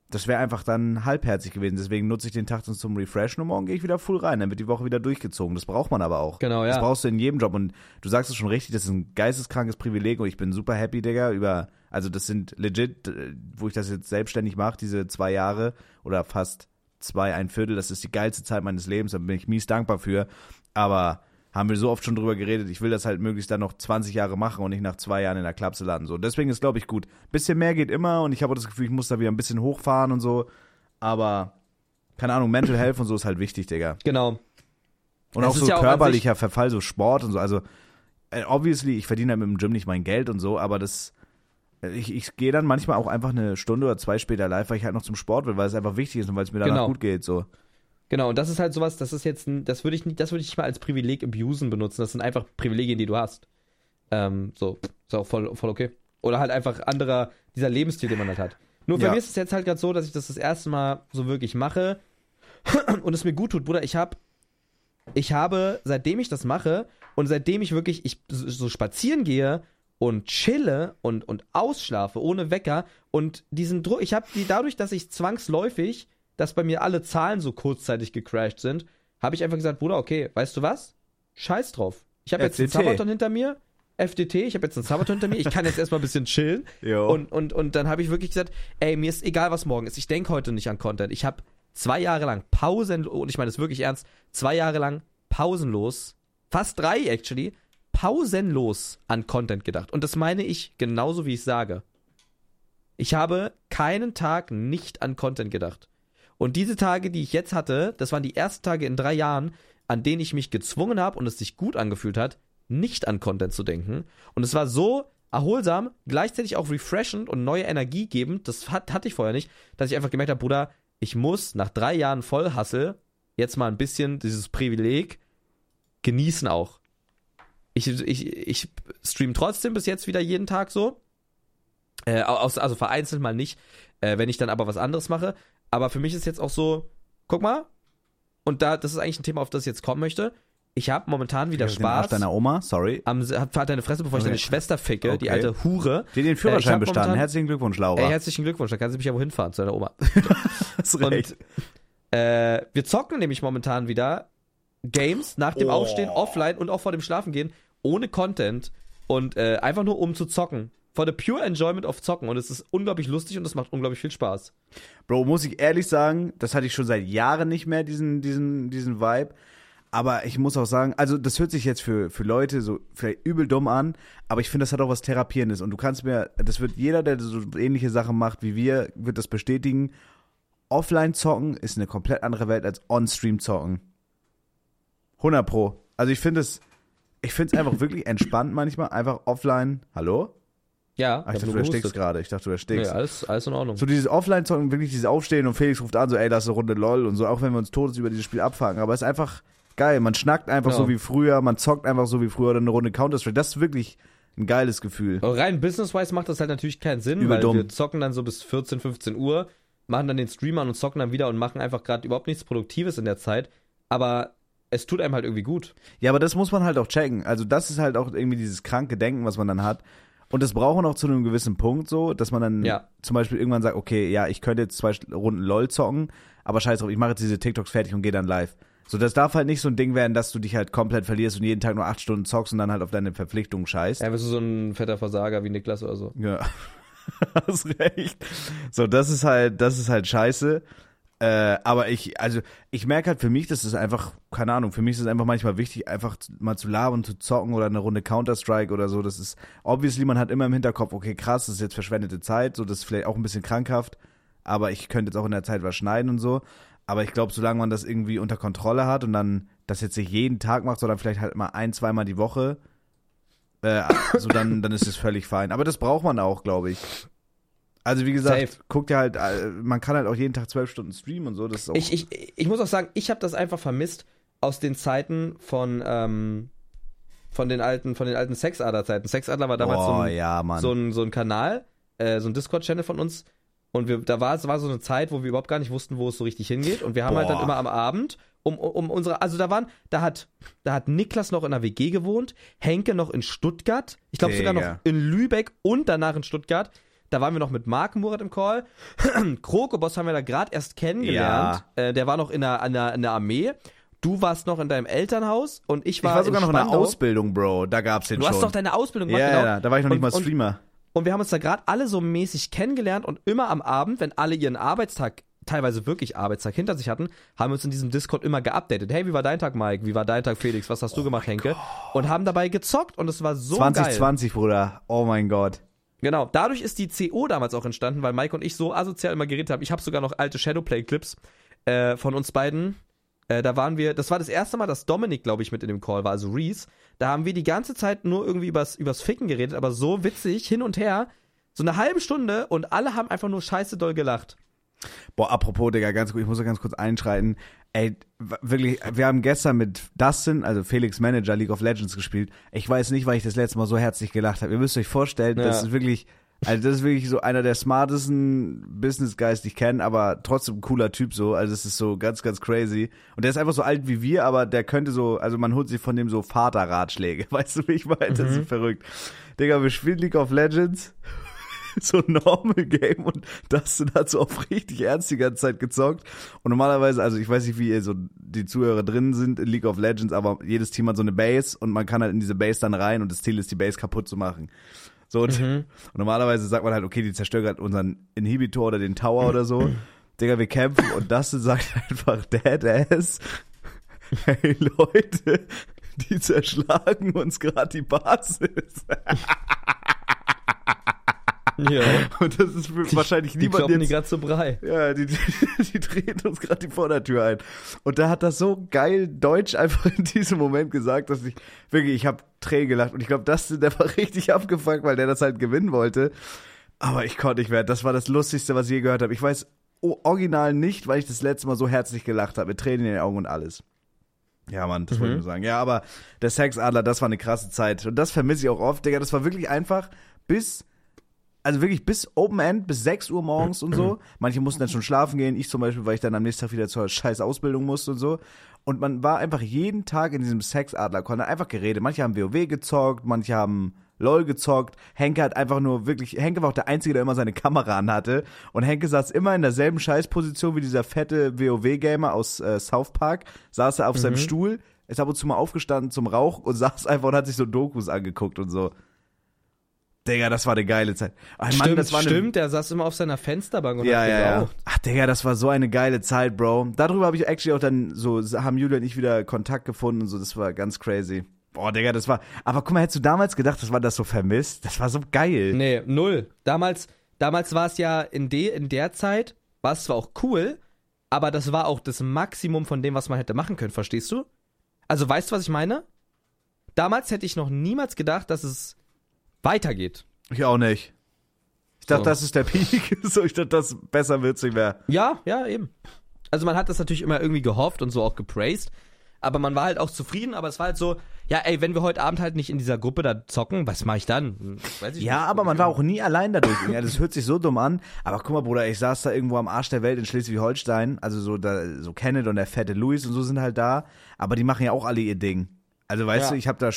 das wäre einfach dann halbherzig gewesen. Deswegen nutze ich den Tag dann zum Refreshen und morgen gehe ich wieder full rein. Dann wird die Woche wieder durchgezogen. Das braucht man aber auch. Genau, ja. Das brauchst du in jedem Job. Und du sagst es schon richtig, das ist ein geisteskrankes Privileg und ich bin super happy, Digga, also das sind legit, wo ich das jetzt selbstständig mache, diese 2 Jahre oder fast 2,25, das ist die geilste Zeit meines Lebens, da bin ich mies dankbar für. Aber haben wir so oft schon drüber geredet, ich will das halt möglichst dann noch 20 Jahre machen und nicht nach 2 Jahren in der Klapse landen. So. Deswegen ist, glaube ich, gut. Bisschen mehr geht immer und ich habe auch das Gefühl, ich muss da wieder ein bisschen hochfahren und so. Aber, keine Ahnung, Mental Health und so ist halt wichtig, Digga. Genau. Und auch so körperlicher Verfall, so Sport und so. Also, obviously, ich verdiene halt mit dem Gym nicht mein Geld und so, aber ich gehe dann manchmal auch einfach eine Stunde oder 2 später live, weil ich halt noch zum Sport will, weil es einfach wichtig ist und weil es mir danach gut geht, so. Genau, und das ist halt sowas, das würde ich nicht mal als Privileg abusen benutzen, das sind einfach Privilegien, die du hast. So, ist auch voll okay. Oder halt einfach dieser Lebensstil, den man halt hat. Nur für mich ist es jetzt halt gerade so, dass ich das erste Mal so wirklich mache und es mir gut tut, Bruder, ich habe, seitdem ich das mache und seitdem ich wirklich so spazieren gehe und chille und ausschlafe ohne Wecker und diesen Druck, dadurch, dass ich zwangsläufig, dass bei mir alle Zahlen so kurzzeitig gecrashed sind, habe ich einfach gesagt, Bruder, okay, weißt du was? Scheiß drauf. Ich habe jetzt einen Sabaton hinter mir, FDT, ich habe jetzt einen Sabaton hinter mir, ich kann jetzt erstmal ein bisschen chillen. Und dann habe ich wirklich gesagt, ey, mir ist egal, was morgen ist, ich denke heute nicht an Content. Ich habe 2 Jahre lang und ich meine das wirklich ernst, 2 Jahre lang pausenlos, fast 3 actually, pausenlos an Content gedacht. Und das meine ich genauso, wie ich sage. Ich habe keinen Tag nicht an Content gedacht. Und diese Tage, die ich jetzt hatte, das waren die ersten Tage in 3 Jahren, an denen ich mich gezwungen habe und es sich gut angefühlt hat, nicht an Content zu denken. Und es war so erholsam, gleichzeitig auch refreshend und neue Energie gebend, das hatte ich vorher nicht, dass ich einfach gemerkt habe, Bruder, ich muss nach 3 Jahren Vollhustle jetzt mal ein bisschen dieses Privileg genießen auch. Ich stream trotzdem bis jetzt wieder jeden Tag so. Also vereinzelt mal nicht, wenn ich dann aber was anderes mache. Aber für mich ist jetzt auch so, guck mal, und das ist eigentlich ein Thema, auf das ich jetzt kommen möchte. Ich habe momentan wieder Spaß. Den Arsch deiner Oma, sorry. Halt deine Fresse, bevor ich deine Schwester ficke, die alte Hure. Die den Führerschein bestanden. Herzlichen Glückwunsch, Laura. Herzlichen Glückwunsch, da kann sie mich ja wohl hinfahren zu deiner Oma. Hast recht. Und wir zocken nämlich momentan wieder Games nach dem Aufstehen, offline und auch vor dem Schlafengehen, ohne Content und einfach nur um zu zocken. For the pure enjoyment of zocken. Und es ist unglaublich lustig und es macht unglaublich viel Spaß. Bro, muss ich ehrlich sagen, das hatte ich schon seit Jahren nicht mehr, diesen Vibe. Aber ich muss auch sagen, also das hört sich jetzt für Leute so vielleicht übel dumm an, aber ich finde, das hat auch was Therapierendes. Und du kannst das wird jeder, der so ähnliche Sachen macht wie wir, wird das bestätigen. Offline zocken ist eine komplett andere Welt als On-Stream zocken. 100 Pro. Also ich finde es einfach wirklich entspannt manchmal, einfach offline. Hallo? Ja. Ich dachte, du erstickst gerade. Nee, alles in Ordnung. So dieses Offline-Zocken, wirklich dieses Aufstehen und Felix ruft an, so ey, lass eine Runde LOL und so, auch wenn wir uns todes über dieses Spiel abfangen. Aber es ist einfach geil. Man schnackt einfach so wie früher, man zockt einfach so wie früher oder eine Runde Counter-Strike. Das ist wirklich ein geiles Gefühl. Aber rein business-wise macht das halt natürlich keinen Sinn, Übel weil dumm. wir zocken dann so bis 14, 15 Uhr, machen dann den Stream an und zocken dann wieder und machen einfach gerade überhaupt nichts Produktives in der Zeit. Aber es tut einem halt irgendwie gut. Ja, aber das muss man halt auch checken. Also das ist halt auch irgendwie dieses kranke Denken, was man dann hat. Und das braucht man auch zu einem gewissen Punkt so, dass man dann zum Beispiel irgendwann sagt, okay, ja, ich könnte jetzt 2 Runden LOL zocken, aber scheiß drauf, ich mache jetzt diese TikToks fertig und gehe dann live. So, das darf halt nicht so ein Ding werden, dass du dich halt komplett verlierst und jeden Tag nur 8 Stunden zockst und dann halt auf deine Verpflichtungen scheißt. Ja, bist du so ein fetter Versager wie Niklas oder so. Ja, hast recht. So, das ist halt scheiße. Aber ich merke halt für mich, das ist einfach, keine Ahnung, für mich ist es einfach manchmal wichtig, einfach mal zu labern, zu zocken oder eine Runde Counter-Strike oder so. Das ist, obviously, man hat immer im Hinterkopf, okay, krass, das ist jetzt verschwendete Zeit, so, das ist vielleicht auch ein bisschen krankhaft, aber ich könnte jetzt auch in der Zeit was schneiden und so. Aber ich glaube, solange man das irgendwie unter Kontrolle hat und dann das jetzt nicht jeden Tag macht, sondern vielleicht halt mal 1-2 Mal die Woche, so dann ist es völlig fein. Aber das braucht man auch, glaube ich. Also wie gesagt, guckt ja halt, man kann halt auch jeden Tag 12 Stunden streamen und so. Das ist auch ich muss auch sagen, ich habe das einfach vermisst aus den Zeiten von den alten Sexadler-Zeiten. Sexadler war damals so ein Kanal, so ein Discord-Channel von uns. Und es war so eine Zeit, wo wir überhaupt gar nicht wussten, wo es so richtig hingeht. Und wir haben halt dann immer am Abend um unsere, also da hat Niklas noch in einer WG gewohnt, Henke noch in Stuttgart, ich glaube sogar noch in Lübeck und danach in Stuttgart. Da waren wir noch mit Marc Murat im Call. Krokoboss haben wir da gerade erst kennengelernt. Der war noch in der Armee. Du warst noch in deinem Elternhaus und ich war sogar noch in der Spandau. Ausbildung, Bro. Da gab's den Du schon. hast doch deine Ausbildung gemacht, ja, genau. ja, da war ich noch nicht mal Streamer. Und wir haben uns da gerade alle so mäßig kennengelernt und immer am Abend, wenn alle ihren Arbeitstag, teilweise wirklich Arbeitstag hinter sich hatten, haben wir uns in diesem Discord immer geupdatet. Hey, wie war dein Tag, Mike? Wie war dein Tag, Felix? Was hast du gemacht, Henke? Und haben dabei gezockt und es war so 2020, geil. Bruder. Oh mein Gott. Genau, dadurch ist die CO damals auch entstanden, weil Mike und ich so asozial immer geredet haben. Ich habe sogar noch alte Shadowplay-Clips von uns beiden. Da waren wir, das war das erste Mal, dass Dominik, glaube ich, mit in dem Call war, also Reese. Da haben wir die ganze Zeit nur irgendwie übers Ficken geredet, aber so witzig, hin und her, so eine halbe Stunde und alle haben einfach nur scheiße doll gelacht. Boah, apropos, Digga, ich muss da ganz kurz einschreiten. Ey, wirklich, wir haben gestern mit Dustin, also Felix Manager, League of Legends gespielt. Ich weiß nicht, weil ich das letzte Mal so herzlich gelacht habe. Ihr müsst euch vorstellen, das ist wirklich so einer der smartesten Business Guys, die ich kenne, aber trotzdem ein cooler Typ so. Also es ist so ganz, ganz crazy. Und der ist einfach so alt wie wir, aber der könnte so, also man holt sich von dem so Vaterratschläge. Weißt du, wie ich meine? Das ist verrückt. Digga, wir spielen League of Legends. So ein Normal Game und Dustin hat so auf richtig ernst die ganze Zeit gezockt. Und normalerweise, also ich weiß nicht, wie ihr so die Zuhörer drin sind in League of Legends, aber jedes Team hat so eine Base und man kann halt in diese Base dann rein und das Ziel ist, die Base kaputt zu machen. So, und normalerweise sagt man halt, okay, die zerstören gerade unseren Inhibitor oder den Tower oder so. Digga, wir kämpfen und Dustin sagt einfach, Deadass, hey Leute, die zerschlagen uns gerade die Basis. Ja. Und das ist wahrscheinlich niemand jetzt... Die gerade so Brei. Ja, die drehen uns gerade die Vordertür ein. Und da hat das so geil Deutsch einfach in diesem Moment gesagt, dass ich habe Tränen gelacht. Und ich glaube, der war richtig abgefuckt, weil der das halt gewinnen wollte. Aber ich konnte nicht mehr. Das war das Lustigste, was ich je gehört habe. Ich weiß original nicht, weil ich das letzte Mal so herzlich gelacht habe, mit Tränen in den Augen und alles. Ja, Mann, das wollte ich nur sagen. Ja, aber der Sexadler, das war eine krasse Zeit. Und das vermisse ich auch oft, Digga. Das war wirklich einfach bis Open End, bis 6 Uhr morgens und so. Manche mussten dann schon schlafen gehen. Ich zum Beispiel, weil ich dann am nächsten Tag wieder zur scheiß Ausbildung musste und so. Und man war einfach jeden Tag in diesem Sexadler-Con, einfach geredet. Manche haben WoW gezockt, manche haben LOL gezockt. Henke war auch der Einzige, der immer seine Kamera anhatte. Und Henke saß immer in derselben Scheißposition wie dieser fette WoW-Gamer aus South Park. Saß er auf seinem Stuhl, ist ab und zu mal aufgestanden zum Rauch und saß einfach und hat sich so Dokus angeguckt und so. Digga, das war eine geile Zeit. Oh, Mann, Stimmt, der saß immer auf seiner Fensterbank und hat geraucht. Ach, Digga, das war so eine geile Zeit, Bro. Darüber habe ich actually auch dann so, haben Julia und ich wieder Kontakt gefunden und so, das war ganz crazy. Boah, Digga, aber guck mal, hättest du damals gedacht, dass man das so vermisst? Das war so geil. Nee, null. Damals war es ja in der Zeit, war es zwar auch cool, aber das war auch das Maximum von dem, was man hätte machen können, verstehst du? Also, weißt du, was ich meine? Damals hätte ich noch niemals gedacht, dass es weitergeht. Ich auch nicht. Ich dachte, das ist der Peak. So, ich dachte, das besser wird's nicht mehr. Ja, eben. Also man hat das natürlich immer irgendwie gehofft und so auch gepraised, aber man war halt auch zufrieden, aber es war halt so, ja ey, wenn wir heute Abend halt nicht in dieser Gruppe da zocken, was mache ich dann? Weiß ich nicht. Aber man war auch nie allein dadurch. Ja, das hört sich so dumm an, aber guck mal, Bruder, ich saß da irgendwo am Arsch der Welt in Schleswig-Holstein, also so Kenneth und der fette Luis und so sind halt da, aber die machen ja auch alle ihr Ding. Also weißt du, ich habe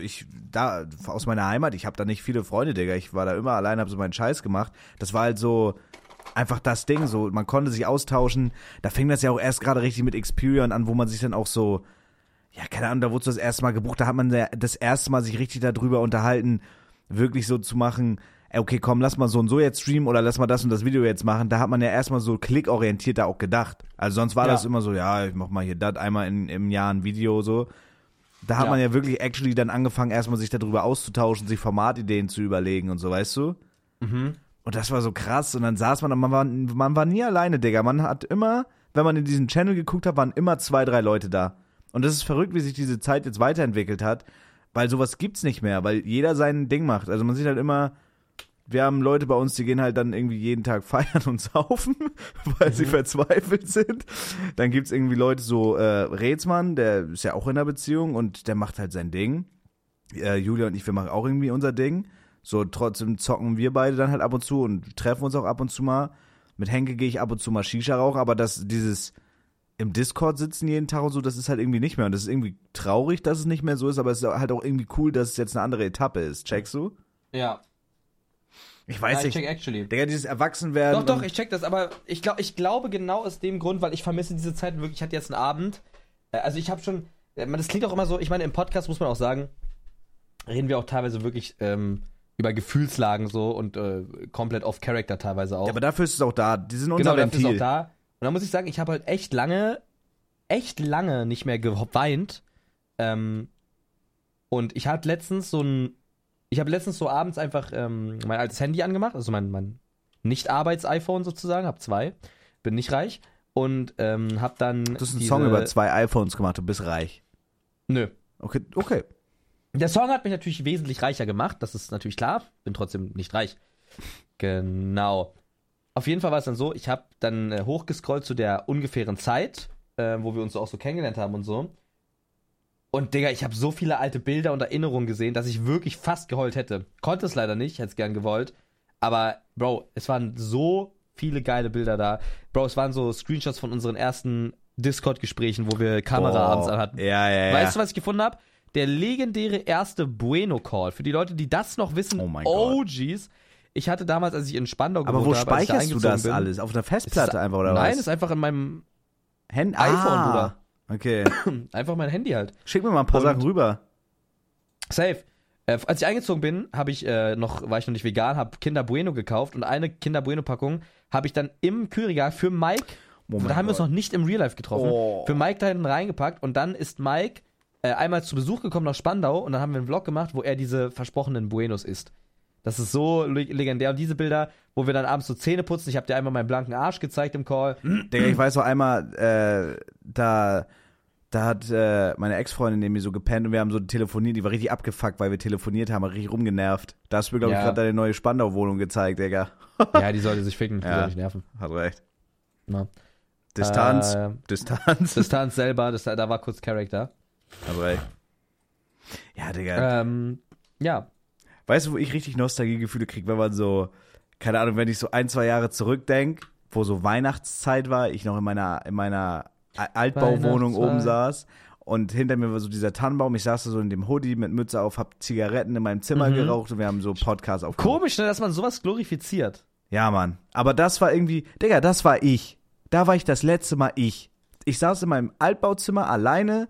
da aus meiner Heimat, ich habe da nicht viele Freunde, Digga. Ich war da immer allein, habe so meinen Scheiß gemacht. Das war halt so einfach das Ding, so man konnte sich austauschen. Da fing das ja auch erst gerade richtig mit Experian an, wo man sich dann auch so, ja keine Ahnung, da wurde so das erste Mal gebucht, da hat man das erste Mal sich richtig darüber unterhalten, wirklich so zu machen, okay, komm, lass mal so und so jetzt streamen oder lass mal das und das Video jetzt machen. Da hat man ja erstmal so klickorientiert da auch gedacht. Also sonst war das immer so, ja, ich mach mal hier das einmal im Jahr ein Video so. Da hat man ja wirklich actually dann angefangen, erstmal sich darüber auszutauschen, sich Formatideen zu überlegen und so, weißt du? Und das war so krass. Und dann saß man, man war nie alleine, Digga. Man hat immer, wenn man in diesen Channel geguckt hat, waren immer 2, 3 Leute da. Und das ist verrückt, wie sich diese Zeit jetzt weiterentwickelt hat, weil sowas gibt's nicht mehr, weil jeder sein Ding macht. Also man sieht halt immer, wir haben Leute bei uns, die gehen halt dann irgendwie jeden Tag feiern und saufen, weil sie verzweifelt sind. Dann gibt's irgendwie Leute, so Rätsmann, der ist ja auch in einer Beziehung und der macht halt sein Ding. Julia und ich, wir machen auch irgendwie unser Ding. So, trotzdem zocken wir beide dann halt ab und zu und treffen uns auch ab und zu mal. Mit Henke gehe ich ab und zu mal Shisha rauchen, aber dieses im Discord sitzen jeden Tag und so, das ist halt irgendwie nicht mehr. Und das ist irgendwie traurig, dass es nicht mehr so ist, aber es ist halt auch irgendwie cool, dass es jetzt eine andere Etappe ist. Checkst du? Ja. Ich weiß Ich nicht. check actually. Digga, dieses Erwachsenwerden. Doch, ich check das, aber ich glaube genau aus dem Grund, weil ich vermisse diese Zeit wirklich. Ich hatte jetzt einen Abend, also ich habe schon, das klingt auch immer so, ich meine, im Podcast muss man auch sagen, reden wir auch teilweise wirklich über Gefühlslagen so und komplett off-Character teilweise auch. Ja, aber dafür ist es auch da. Die sind unser Genau, dafür ist Ventil. auch da. Und da muss ich sagen, ich habe halt echt lange nicht mehr geweint. Und ich habe letztens so abends einfach mein altes Handy angemacht, also mein Nicht-Arbeits-iPhone sozusagen, hab 2, bin nicht reich und hab dann Du hast einen Song über 2 iPhones gemacht, du bist reich. Nö. Okay. Der Song hat mich natürlich wesentlich reicher gemacht, das ist natürlich klar, bin trotzdem nicht reich. Genau. Auf jeden Fall war es dann so, ich habe dann hochgescrollt zu der ungefähren Zeit, wo wir uns auch so kennengelernt haben und so. Und Digga, ich habe so viele alte Bilder und Erinnerungen gesehen, dass ich wirklich fast geheult hätte. Konnte es leider nicht, hätte es gern gewollt. Aber, Bro, es waren so viele geile Bilder da. Bro, es waren so Screenshots von unseren ersten Discord-Gesprächen, wo wir Kamera abends anhatten. Ja. Weißt du, was ich gefunden habe? Der legendäre erste Bueno-Call. Für die Leute, die das noch wissen, Oh mein OGs. Ich hatte damals, als ich in Spandau Aber wo gewohnt habe, als ich da speicherst du das eingezogen bin, alles? Auf einer Festplatte einfach, oder was? Nein, ist einfach in meinem iPhone, Bruder. Okay. einfach mein Handy halt. Schick mir mal ein paar Und- Sachen rüber. Safe. Als ich eingezogen bin, war ich noch nicht vegan, habe Kinder Bueno gekauft und eine Kinder Bueno Packung habe ich dann im Kühlregal für Mike, Oh mein da haben wir uns Gott. noch nicht im Real Life getroffen, Oh. für Mike da hinten reingepackt und dann ist Mike einmal zu Besuch gekommen nach Spandau und dann haben wir einen Vlog gemacht, wo er diese versprochenen Buenos isst. Das ist so legendär. Und diese Bilder, wo wir dann abends so Zähne putzen, ich habe dir einmal meinen blanken Arsch gezeigt im Call. Digga, ich weiß noch einmal, da hat meine Ex-Freundin neben mir so gepennt und wir haben so telefoniert, die war richtig abgefuckt, weil wir telefoniert haben, hat richtig rumgenervt. Da hast du mir, glaube ich, Ja. gerade deine neue Spandau-Wohnung gezeigt, Digga. Ja, die sollte sich ficken, die Ja. soll nicht nerven. Hat recht. Na. Distanz. Äh, Distanz. Distanz selber, da war kurz Charakter. Hat recht. Ja, Digga. Ja. Weißt du, wo ich richtig Nostalgiegefühle kriege, wenn man so, keine Ahnung, wenn ich so 1-2 Jahre zurückdenke, wo so Weihnachtszeit war, ich noch in meiner Altbauwohnung oben saß und hinter mir war so dieser Tannenbaum, ich saß da so in dem Hoodie mit Mütze auf, hab Zigaretten in meinem Zimmer geraucht und wir haben so Podcasts aufgenommen. Komisch, ne, dass man sowas glorifiziert. Ja, Mann. Aber das war irgendwie, Digga, das war ich. Da war ich das letzte Mal ich. Ich saß in meinem Altbauzimmer alleine.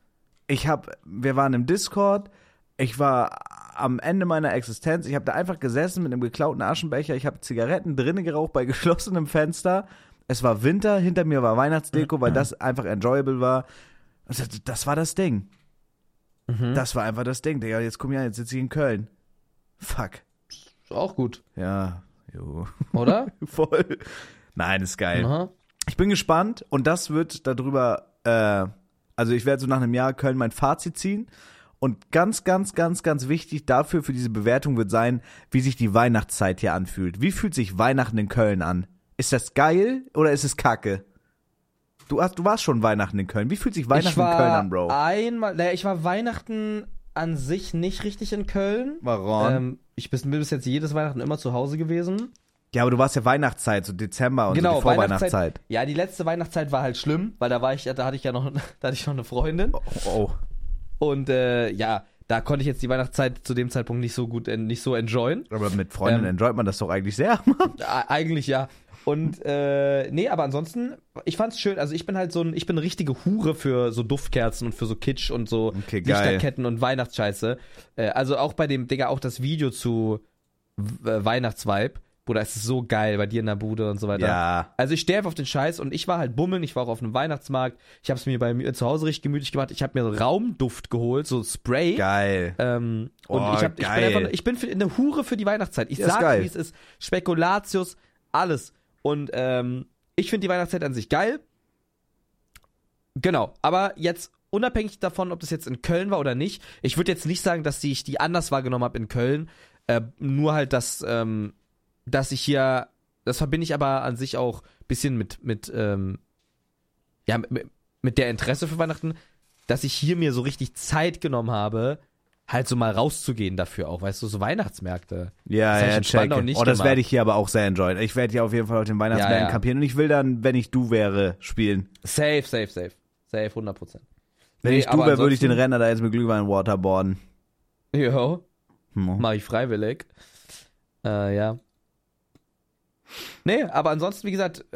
Wir waren im Discord. Ich war am Ende meiner Existenz. Ich habe da einfach gesessen mit einem geklauten Aschenbecher. Ich habe Zigaretten drinnen geraucht bei geschlossenem Fenster. Es war Winter, hinter mir war Weihnachtsdeko, weil das einfach enjoyable war. Das war das Ding. Das war einfach das Ding. Digga, jetzt komm ich an, jetzt sitze ich in Köln. Fuck. Ist auch gut, Ja, jo. oder? Voll. Nein, ist geil. Aha. Ich bin gespannt und das wird darüber, also ich werde so nach einem Jahr Köln mein Fazit ziehen und ganz, ganz, ganz, ganz wichtig dafür für diese Bewertung wird sein, wie sich die Weihnachtszeit hier anfühlt. Wie fühlt sich Weihnachten in Köln an? Ist das geil oder ist es kacke? Du warst schon Weihnachten in Köln. Wie fühlt sich Weihnachten in Köln an, Bro? Ich war Weihnachten an sich nicht richtig in Köln. Warum? Ich bin bis jetzt jedes Weihnachten immer zu Hause gewesen. Ja, aber du warst ja Weihnachtszeit, so Dezember und so die Vorweihnachtszeit. Ja, die letzte Weihnachtszeit war halt schlimm, weil da hatte ich noch eine Freundin. Oh. Und ja, da konnte ich jetzt die Weihnachtszeit zu dem Zeitpunkt nicht so enjoyen. Aber mit Freunden enjoyt man das doch eigentlich sehr. Eigentlich ja. Und nee, aber ansonsten, ich fand's schön. Also ich bin halt ich bin eine richtige Hure für so Duftkerzen und für so Kitsch und so Okay, geil. Lichterketten und Weihnachtsscheiße. Also auch bei dem, Digga, auch das Video zu Weihnachtsvibe. Bruder, es ist so geil bei dir in der Bude und so weiter. Ja. Also ich stehe einfach auf den Scheiß und ich war halt bummeln, ich war auch auf einem Weihnachtsmarkt, ich habe es mir bei mir zu Hause richtig gemütlich gemacht, ich habe mir Raumduft geholt, so Spray. Geil. Und Oh, geil. ich bin eine Hure für die Weihnachtszeit. Ich Ja, ist sag, geil. wie es ist. Spekulatius, alles. Und ich finde die Weihnachtszeit an sich geil. Genau, aber jetzt unabhängig davon, ob das jetzt in Köln war oder nicht, ich würde jetzt nicht sagen, dass ich die anders wahrgenommen habe in Köln. Nur halt, dass ich hier, das verbinde ich aber an sich auch ein bisschen mit der Interesse für Weihnachten, dass ich hier mir so richtig Zeit genommen habe, halt so mal rauszugehen dafür auch, weißt du, so Weihnachtsmärkte. Ja, Das hab ich ja, in Spandau check. nicht Oh, das gemacht. werde ich hier aber auch sehr enjoyen. Ich werde hier auf jeden Fall auf den Weihnachtsmärkten Ja, ja. kampieren und ich will dann, wenn ich du wäre, spielen. Safe, 100%. Wenn Nee, ich du aber wäre, würde ich den ansonsten- Renner da jetzt mit Glühwein waterboarden. Jo, Hm. mache ich freiwillig. Ja. Nee, aber ansonsten, wie gesagt,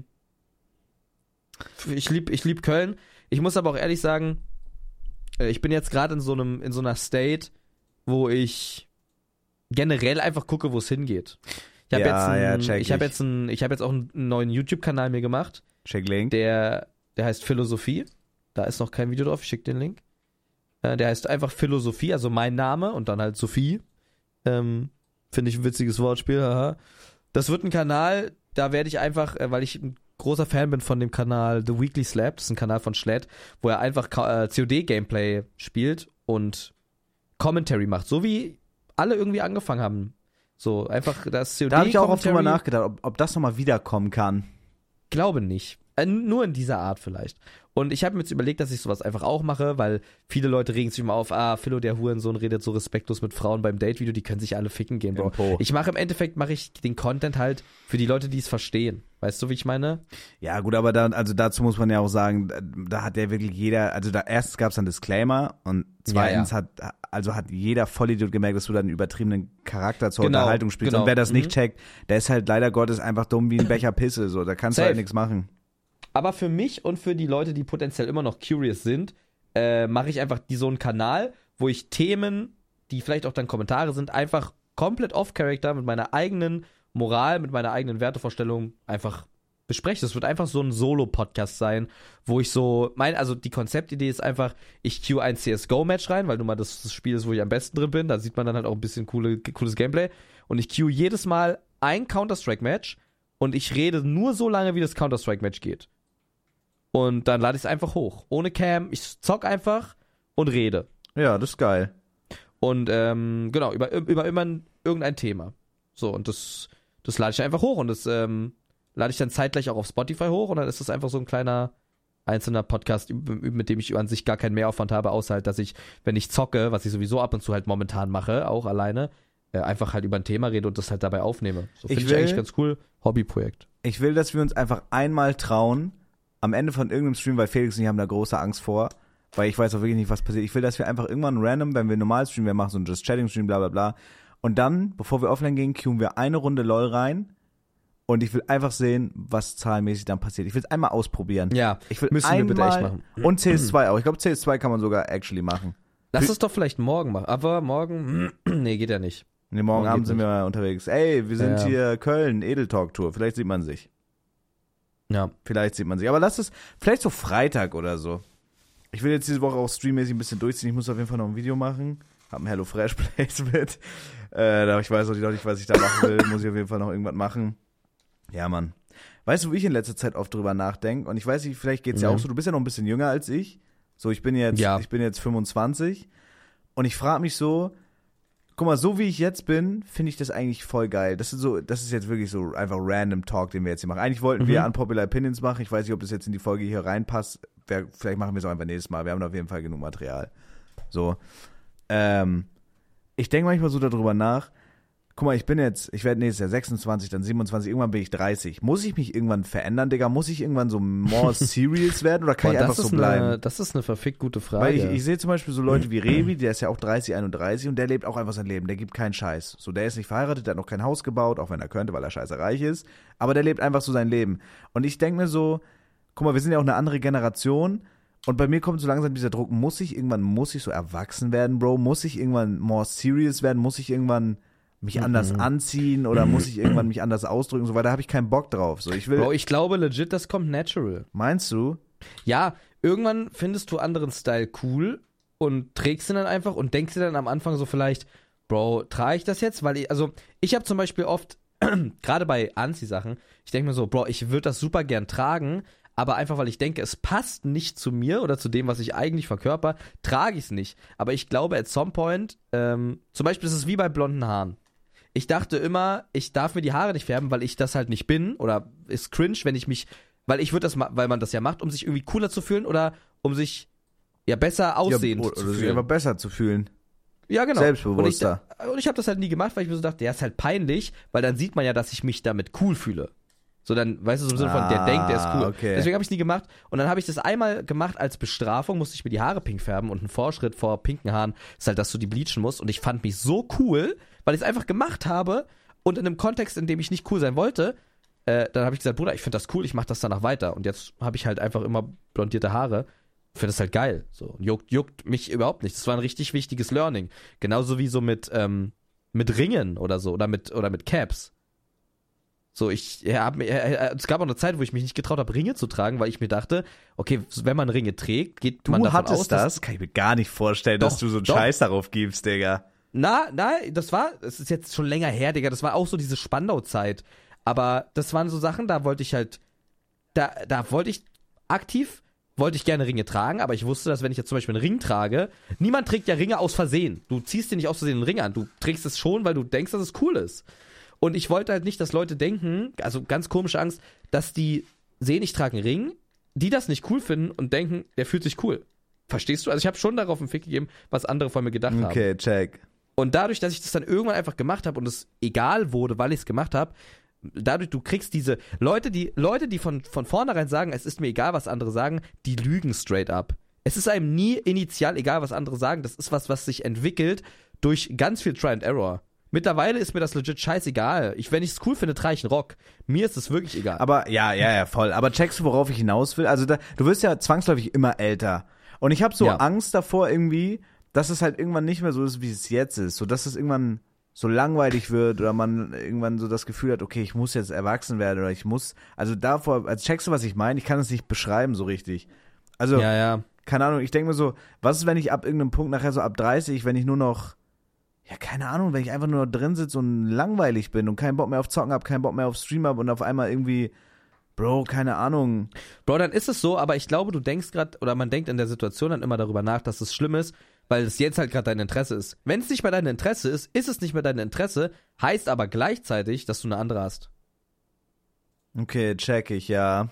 ich lieb Köln. Ich muss aber auch ehrlich sagen, ich bin jetzt gerade in so einer State, wo ich generell einfach gucke, wo es hingeht. Ich habe jetzt auch einen neuen YouTube-Kanal mir gemacht. Check Link. Der heißt Philosophie. Da ist noch kein Video drauf, ich schicke den Link. Der heißt einfach Philosophie, also mein Name und dann halt Sophie. Finde ich ein witziges Wortspiel, haha. Das wird ein Kanal, da werde ich einfach, weil ich ein großer Fan bin von dem Kanal The Weekly Slap, das ist ein Kanal von Schlatt, wo er einfach COD-Gameplay spielt und Commentary macht, so wie alle irgendwie angefangen haben. So, einfach das COD-Commentary. Da habe ich auch oft drüber nachgedacht, ob das nochmal wiederkommen kann. Glaube nicht. Nur in dieser Art vielleicht. Und ich habe mir jetzt überlegt, dass ich sowas einfach auch mache, weil viele Leute regen sich immer auf, Philo, der Hurensohn, redet so respektlos mit Frauen beim Date-Video, die können sich alle ficken gehen, Bro. Im Endeffekt mache ich den Content halt für die Leute, die es verstehen. Weißt du, wie ich meine? Ja, gut, aber dazu muss man ja auch sagen, da hat ja wirklich jeder, erstens gab es einen Disclaimer und zweitens hat jeder Vollidiot gemerkt, dass du da einen übertriebenen Charakter zur Unterhaltung spielst. Und wer das nicht checkt, der ist halt leider Gottes einfach dumm wie ein Becher Pisse, so, da kannst du halt nichts machen. Aber für mich und für die Leute, die potenziell immer noch curious sind, mache ich einfach so einen Kanal, wo ich Themen, die vielleicht auch dann Kommentare sind, einfach komplett off-Character mit meiner eigenen Moral, mit meiner eigenen Wertevorstellung einfach bespreche. Das wird einfach so ein Solo-Podcast sein, wo ich also die Konzeptidee ist einfach, ich queue ein CSGO-Match rein, weil nun mal das Spiel ist, wo ich am besten drin bin, da sieht man dann halt auch ein bisschen cooles Gameplay und ich queue jedes Mal ein Counter-Strike-Match und ich rede nur so lange, wie das Counter-Strike-Match geht. Und dann lade ich es einfach hoch. Ohne Cam, ich zock einfach und rede. Ja, das ist geil. Und genau, über immer irgendein Thema. So, und das lade ich einfach hoch und das lade ich dann zeitgleich auch auf Spotify hoch und dann ist das einfach so ein kleiner einzelner Podcast, mit dem ich an sich gar keinen Mehraufwand habe, außer halt, dass ich, wenn ich zocke, was ich sowieso ab und zu halt momentan mache, auch alleine, einfach halt über ein Thema rede und das halt dabei aufnehme. So finde ich eigentlich ganz cool. Hobbyprojekt. Ich will, dass wir uns einfach einmal trauen, am Ende von irgendeinem Stream, weil Felix und ich haben da große Angst vor, weil ich weiß auch wirklich nicht, was passiert. Ich will, dass wir einfach irgendwann random, wenn wir normal streamen, wir machen so einen Just-Chatting-Stream, bla bla bla, und dann, bevor wir offline gehen, queuen wir eine Runde LOL rein und ich will einfach sehen, was zahlenmäßig dann passiert. Ich will es einmal ausprobieren. Ja, ich will müssen wir bitte echt machen. Und CS2 auch. Ich glaube, CS2 kann man sogar actually machen. Lass es doch vielleicht morgen machen. Aber morgen, nee, geht ja nicht. Nee, morgen Abend sind wir mal unterwegs. Ey, wir sind hier Köln, Edeltalk-Tour. Vielleicht sieht man sich. Ja. Vielleicht sieht man sich. Aber lass es, vielleicht so Freitag oder so. Ich will jetzt diese Woche auch streammäßig ein bisschen durchziehen. Ich muss auf jeden Fall noch ein Video machen. Hab ein HelloFresh Placement. Ich weiß noch nicht, was ich da machen will. Muss ich auf jeden Fall noch irgendwas machen. Ja, Mann. Weißt du, wo ich in letzter Zeit oft drüber nachdenke? Und ich weiß nicht, vielleicht geht's ja auch so. Du bist ja noch ein bisschen jünger als ich. So, ich bin jetzt 25. Und ich frage mich so, guck mal, so wie ich jetzt bin, finde ich das eigentlich voll geil. Das ist jetzt wirklich so einfach random Talk, den wir jetzt hier machen. Eigentlich wollten wir Unpopular Opinions machen. Ich weiß nicht, ob das jetzt in die Folge hier reinpasst. Vielleicht machen wir es auch einfach nächstes Mal. Wir haben auf jeden Fall genug Material. So. Ich denke manchmal so darüber nach. Guck mal, ich werde nächstes Jahr 26, dann 27, irgendwann bin ich 30. Muss ich mich irgendwann verändern, Digga? Muss ich irgendwann so more serious werden oder kann ich einfach so bleiben? Das ist eine verfickt gute Frage. Weil ich sehe zum Beispiel so Leute wie Revi, der ist ja auch 30, 31 und der lebt auch einfach sein Leben. Der gibt keinen Scheiß. So, der ist nicht verheiratet, der hat noch kein Haus gebaut, auch wenn er könnte, weil er scheiße reich ist. Aber der lebt einfach so sein Leben. Und ich denke mir so, guck mal, wir sind ja auch eine andere Generation. Und bei mir kommt so langsam dieser Druck, muss ich so erwachsen werden, Bro? Muss ich irgendwann more serious werden? Muss ich irgendwann mich anders anziehen oder muss ich irgendwann mich anders ausdrücken, so, weil da habe ich keinen Bock drauf. So, Bro, ich glaube legit, das kommt natural. Meinst du? Ja, irgendwann findest du anderen Style cool und trägst ihn dann einfach und denkst dir dann am Anfang so vielleicht, Bro, trage ich das jetzt? Weil ich habe zum Beispiel oft, gerade bei Anziehsachen, ich denke mir so, Bro, ich würde das super gern tragen, aber einfach, weil ich denke, es passt nicht zu mir oder zu dem, was ich eigentlich verkörper, trage ich es nicht. Aber ich glaube, at some point, zum Beispiel ist es wie bei blonden Haaren. Ich dachte immer, ich darf mir die Haare nicht färben, weil ich das halt nicht bin. Oder ist cringe, weil man das ja macht, um sich irgendwie cooler zu fühlen oder um sich besser aussehend zu fühlen. Oder sich einfach besser zu fühlen. Ja, genau. Selbstbewusster. Und ich habe das halt nie gemacht, weil ich mir so dachte, ist halt peinlich, weil dann sieht man ja, dass ich mich damit cool fühle. So, dann, weißt du, so im Sinne von, der denkt, der ist cool. Okay. Deswegen habe ich es nie gemacht. Und dann habe ich das einmal gemacht als Bestrafung, musste ich mir die Haare pink färben. Und ein Vorschritt vor pinken Haaren ist halt, dass du die bleachen musst. Und ich fand mich so cool, weil ich es einfach gemacht habe. und in einem Kontext, in dem ich nicht cool sein wollte, dann habe ich gesagt, Bruder, ich finde das cool, ich mache das danach weiter. Und jetzt habe ich halt einfach immer blondierte Haare. Ich finde das halt geil. So, juckt mich überhaupt nicht. Das war ein richtig wichtiges Learning. Genauso wie so mit Ringen oder so oder mit Caps. So, es gab auch eine Zeit, wo ich mich nicht getraut habe, Ringe zu tragen, weil ich mir dachte, okay, wenn man Ringe trägt, geht man davon aus, das? Kann ich mir gar nicht vorstellen, dass du so einen Scheiß darauf gibst, Digga. Das ist jetzt schon länger her, Digga. Das war auch so diese Spandau-Zeit. Aber das waren so Sachen, da wollte ich halt, wollte ich gerne Ringe tragen, aber ich wusste, dass wenn ich jetzt zum Beispiel einen Ring trage, niemand trägt ja Ringe aus Versehen. Du ziehst dir nicht aus Versehen einen Ring an. Du trägst es schon, weil du denkst, dass es cool ist. Und ich wollte halt nicht, dass Leute denken, also ganz komische Angst, dass die sehen, ich trage einen Ring, die das nicht cool finden und denken, der fühlt sich cool. Verstehst du? Also ich habe schon darauf einen Fick gegeben, was andere von mir gedacht haben. Okay, check. Und dadurch, dass ich das dann irgendwann einfach gemacht habe und es egal wurde, weil ich es gemacht habe, dadurch, du kriegst diese Leute, die von vornherein sagen, es ist mir egal, was andere sagen, die lügen straight up. Es ist einem nie initial egal, was andere sagen. Das ist was sich entwickelt durch ganz viel Try and Error. Mittlerweile ist mir das legit scheißegal. Wenn ich es cool finde, trage ich einen Rock. Mir ist es wirklich egal. Aber, ja, voll. Aber checkst du, worauf ich hinaus will? Also, du wirst ja zwangsläufig immer älter. Und ich habe so Angst davor irgendwie, dass es halt irgendwann nicht mehr so ist, wie es jetzt ist. So, dass es irgendwann so langweilig wird oder man irgendwann so das Gefühl hat, okay, ich muss jetzt erwachsen werden oder ich muss, also davor, also checkst du, was ich meine? Ich kann es nicht beschreiben so richtig. Also, keine Ahnung, ich denke mir so, was ist, wenn ich ab irgendeinem Punkt nachher so ab 30, wenn ich nur noch, ja, keine Ahnung, wenn ich einfach nur drin sitze und langweilig bin und keinen Bock mehr auf Zocken habe, keinen Bock mehr auf Stream habe und auf einmal irgendwie, Bro, keine Ahnung. Bro, dann ist es so, aber ich glaube, du denkst gerade, oder man denkt in der Situation dann immer darüber nach, dass es schlimm ist, weil es jetzt halt gerade dein Interesse ist. Wenn es nicht mehr dein Interesse ist, ist es nicht mehr dein Interesse, heißt aber gleichzeitig, dass du eine andere hast. Okay, check ich, ja.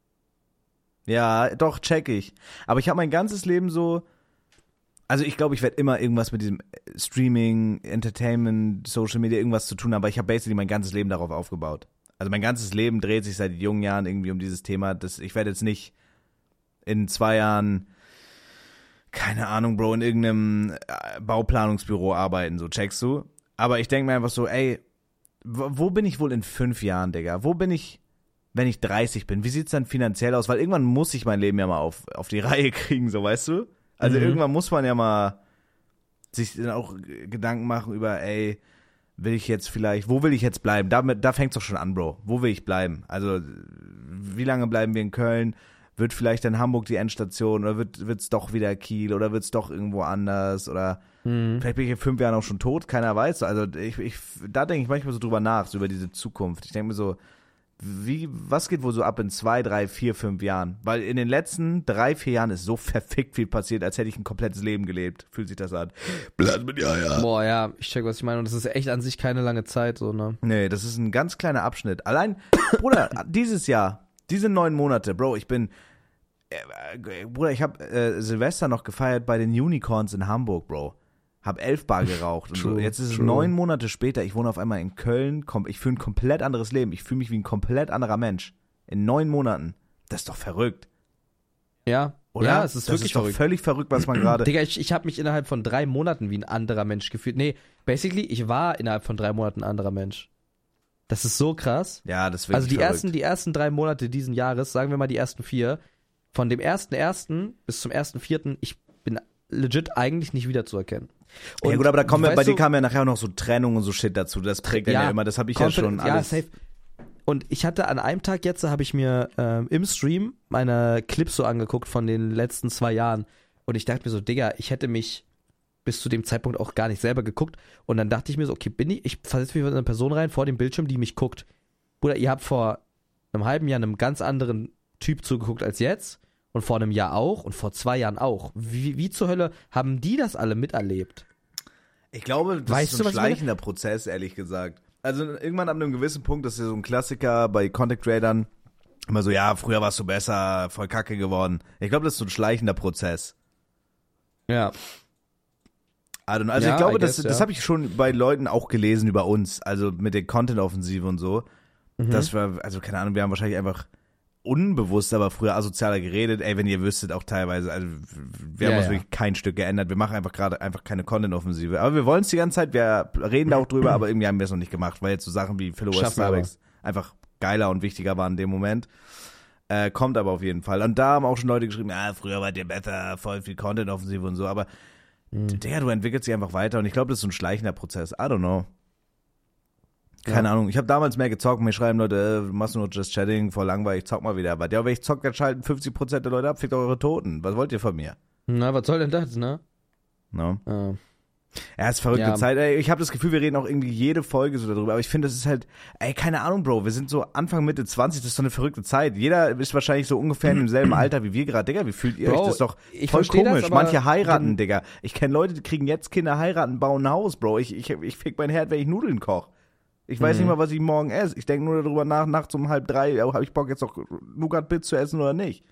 Ja, doch, check ich. Aber ich habe mein ganzes Leben so, also ich glaube, ich werde immer irgendwas mit diesem Streaming, Entertainment, Social Media, irgendwas zu tun haben, aber ich habe basically mein ganzes Leben darauf aufgebaut. Also mein ganzes Leben dreht sich seit jungen Jahren irgendwie um dieses Thema. Ich werde jetzt nicht in 2 Jahren, keine Ahnung, Bro, in irgendeinem Bauplanungsbüro arbeiten, so, checkst du? Aber ich denke mir einfach so, ey, wo bin ich wohl in 5 Jahren, Digga? Wo bin ich, wenn ich 30 bin? Wie sieht's dann finanziell aus? Weil irgendwann muss ich mein Leben ja mal auf die Reihe kriegen, so, weißt du? Also irgendwann muss man ja mal sich dann auch Gedanken machen über, ey, wo will ich jetzt bleiben? Da fängt's doch schon an, Bro. Wo will ich bleiben? Also, wie lange bleiben wir in Köln? Wird vielleicht dann Hamburg die Endstation oder wird's doch wieder Kiel oder wird's doch irgendwo anders oder vielleicht bin ich in 5 Jahren auch schon tot, keiner weiß. Also da denke ich manchmal so drüber nach, so über diese Zukunft. Ich denke mir so, was geht wohl so ab in 2, 3, 4, 5 Jahren? Weil in den letzten 3, 4 Jahren ist so verfickt viel passiert, als hätte ich ein komplettes Leben gelebt. Fühlt sich das an. Ja. Boah, ja, ich check, was ich meine. Und das ist echt an sich keine lange Zeit, so, ne? Nee, das ist ein ganz kleiner Abschnitt. Allein, Bruder, dieses Jahr, diese 9 Monate, Bro, ich habe Silvester noch gefeiert bei den Unicorns in Hamburg, Bro. Hab 11 Bar geraucht und so. Jetzt ist es 9 Monate später, ich wohne auf einmal in Köln, ich führe ein komplett anderes Leben. Ich fühle mich wie ein komplett anderer Mensch. In 9 Monaten. Das ist doch verrückt. Ja. Oder? Ja, es ist wirklich verrückt. Das ist doch völlig verrückt, was man gerade... Digga, ich habe mich innerhalb von 3 Monaten wie ein anderer Mensch gefühlt. Nee, basically, ich war innerhalb von 3 Monaten ein anderer Mensch. Das ist so krass. Ja, das ist wirklich Also die ersten 3 Monate diesen Jahres, sagen wir mal die ersten 4, von dem 1.1. bis zum 1.4., ich bin legit eigentlich nicht wiederzuerkennen. Und ja gut, aber bei dir kam ja nachher auch noch so Trennung und so Shit dazu. Das prägt ja immer, das habe ich ja schon alles. Ja, safe. Und ich hatte an einem Tag jetzt, habe ich mir im Stream meine Clips so angeguckt von den letzten 2 Jahren. Und ich dachte mir so, Digga, ich hätte mich bis zu dem Zeitpunkt auch gar nicht selber geguckt. Und dann dachte ich mir so, okay, ich versetze mich mit einer Person rein vor dem Bildschirm, die mich guckt. Bruder, ihr habt vor einem halben Jahr einem ganz anderen Typ zugeguckt als jetzt. Und vor einem Jahr auch und vor 2 Jahren auch. Wie zur Hölle haben die das alle miterlebt? Ich glaube, das ist so ein schleichender Prozess, ehrlich gesagt. Also irgendwann ab einem gewissen Punkt, das ist ja so ein Klassiker bei Content Creatern, immer so, ja, früher warst du besser, voll kacke geworden. Ich glaube, das ist so ein schleichender Prozess. Ja. Also ich glaube, das habe ich schon bei Leuten auch gelesen über uns, also mit der Content-Offensive und so. Das war, also keine Ahnung, wir haben wahrscheinlich einfach unbewusst, aber früher asozialer geredet. Ey, wenn ihr wüsstet, auch teilweise, also wir haben uns wirklich kein Stück geändert. Wir machen einfach gerade keine Content-Offensive. Aber wir wollen es die ganze Zeit, wir reden da auch drüber, aber irgendwie haben wir es noch nicht gemacht, weil jetzt so Sachen wie Philo West Starbucks einfach geiler und wichtiger waren in dem Moment. Kommt aber auf jeden Fall. Und da haben auch schon Leute geschrieben, früher wart ihr besser, voll viel Content-Offensive und so, aber Digga, du entwickelst dich einfach weiter und ich glaube, das ist so ein schleichender Prozess. I don't know. Keine Ahnung. Ich habe damals mehr gezockt, mir schreiben Leute, du machst nur Just Chatting, voll langweilig, zock mal wieder. Aber wenn ich zock, dann schalten 50% der Leute ab, fickt eure Toten. Was wollt ihr von mir? Na, was soll denn das, ne? No. Ja, ist verrückte Zeit. Ey, ich habe das Gefühl, wir reden auch irgendwie jede Folge so darüber, aber ich finde, das ist halt, keine Ahnung, Bro, wir sind so Anfang, Mitte 20, das ist so eine verrückte Zeit. Jeder ist wahrscheinlich so ungefähr in demselben Alter wie wir gerade. Digga, wie fühlt ihr euch? Das ist doch voll komisch. Das, manche heiraten, Digga. Ich kenne Leute, die kriegen jetzt Kinder, heiraten, bauen ein Haus, Bro. Ich fick mein Herd, wenn ich Nudeln koche. Ich weiß nicht mal, was ich morgen esse. Ich denke nur darüber nach, nachts um 2:30, habe ich Bock jetzt noch Nougat-Bits zu essen oder nicht?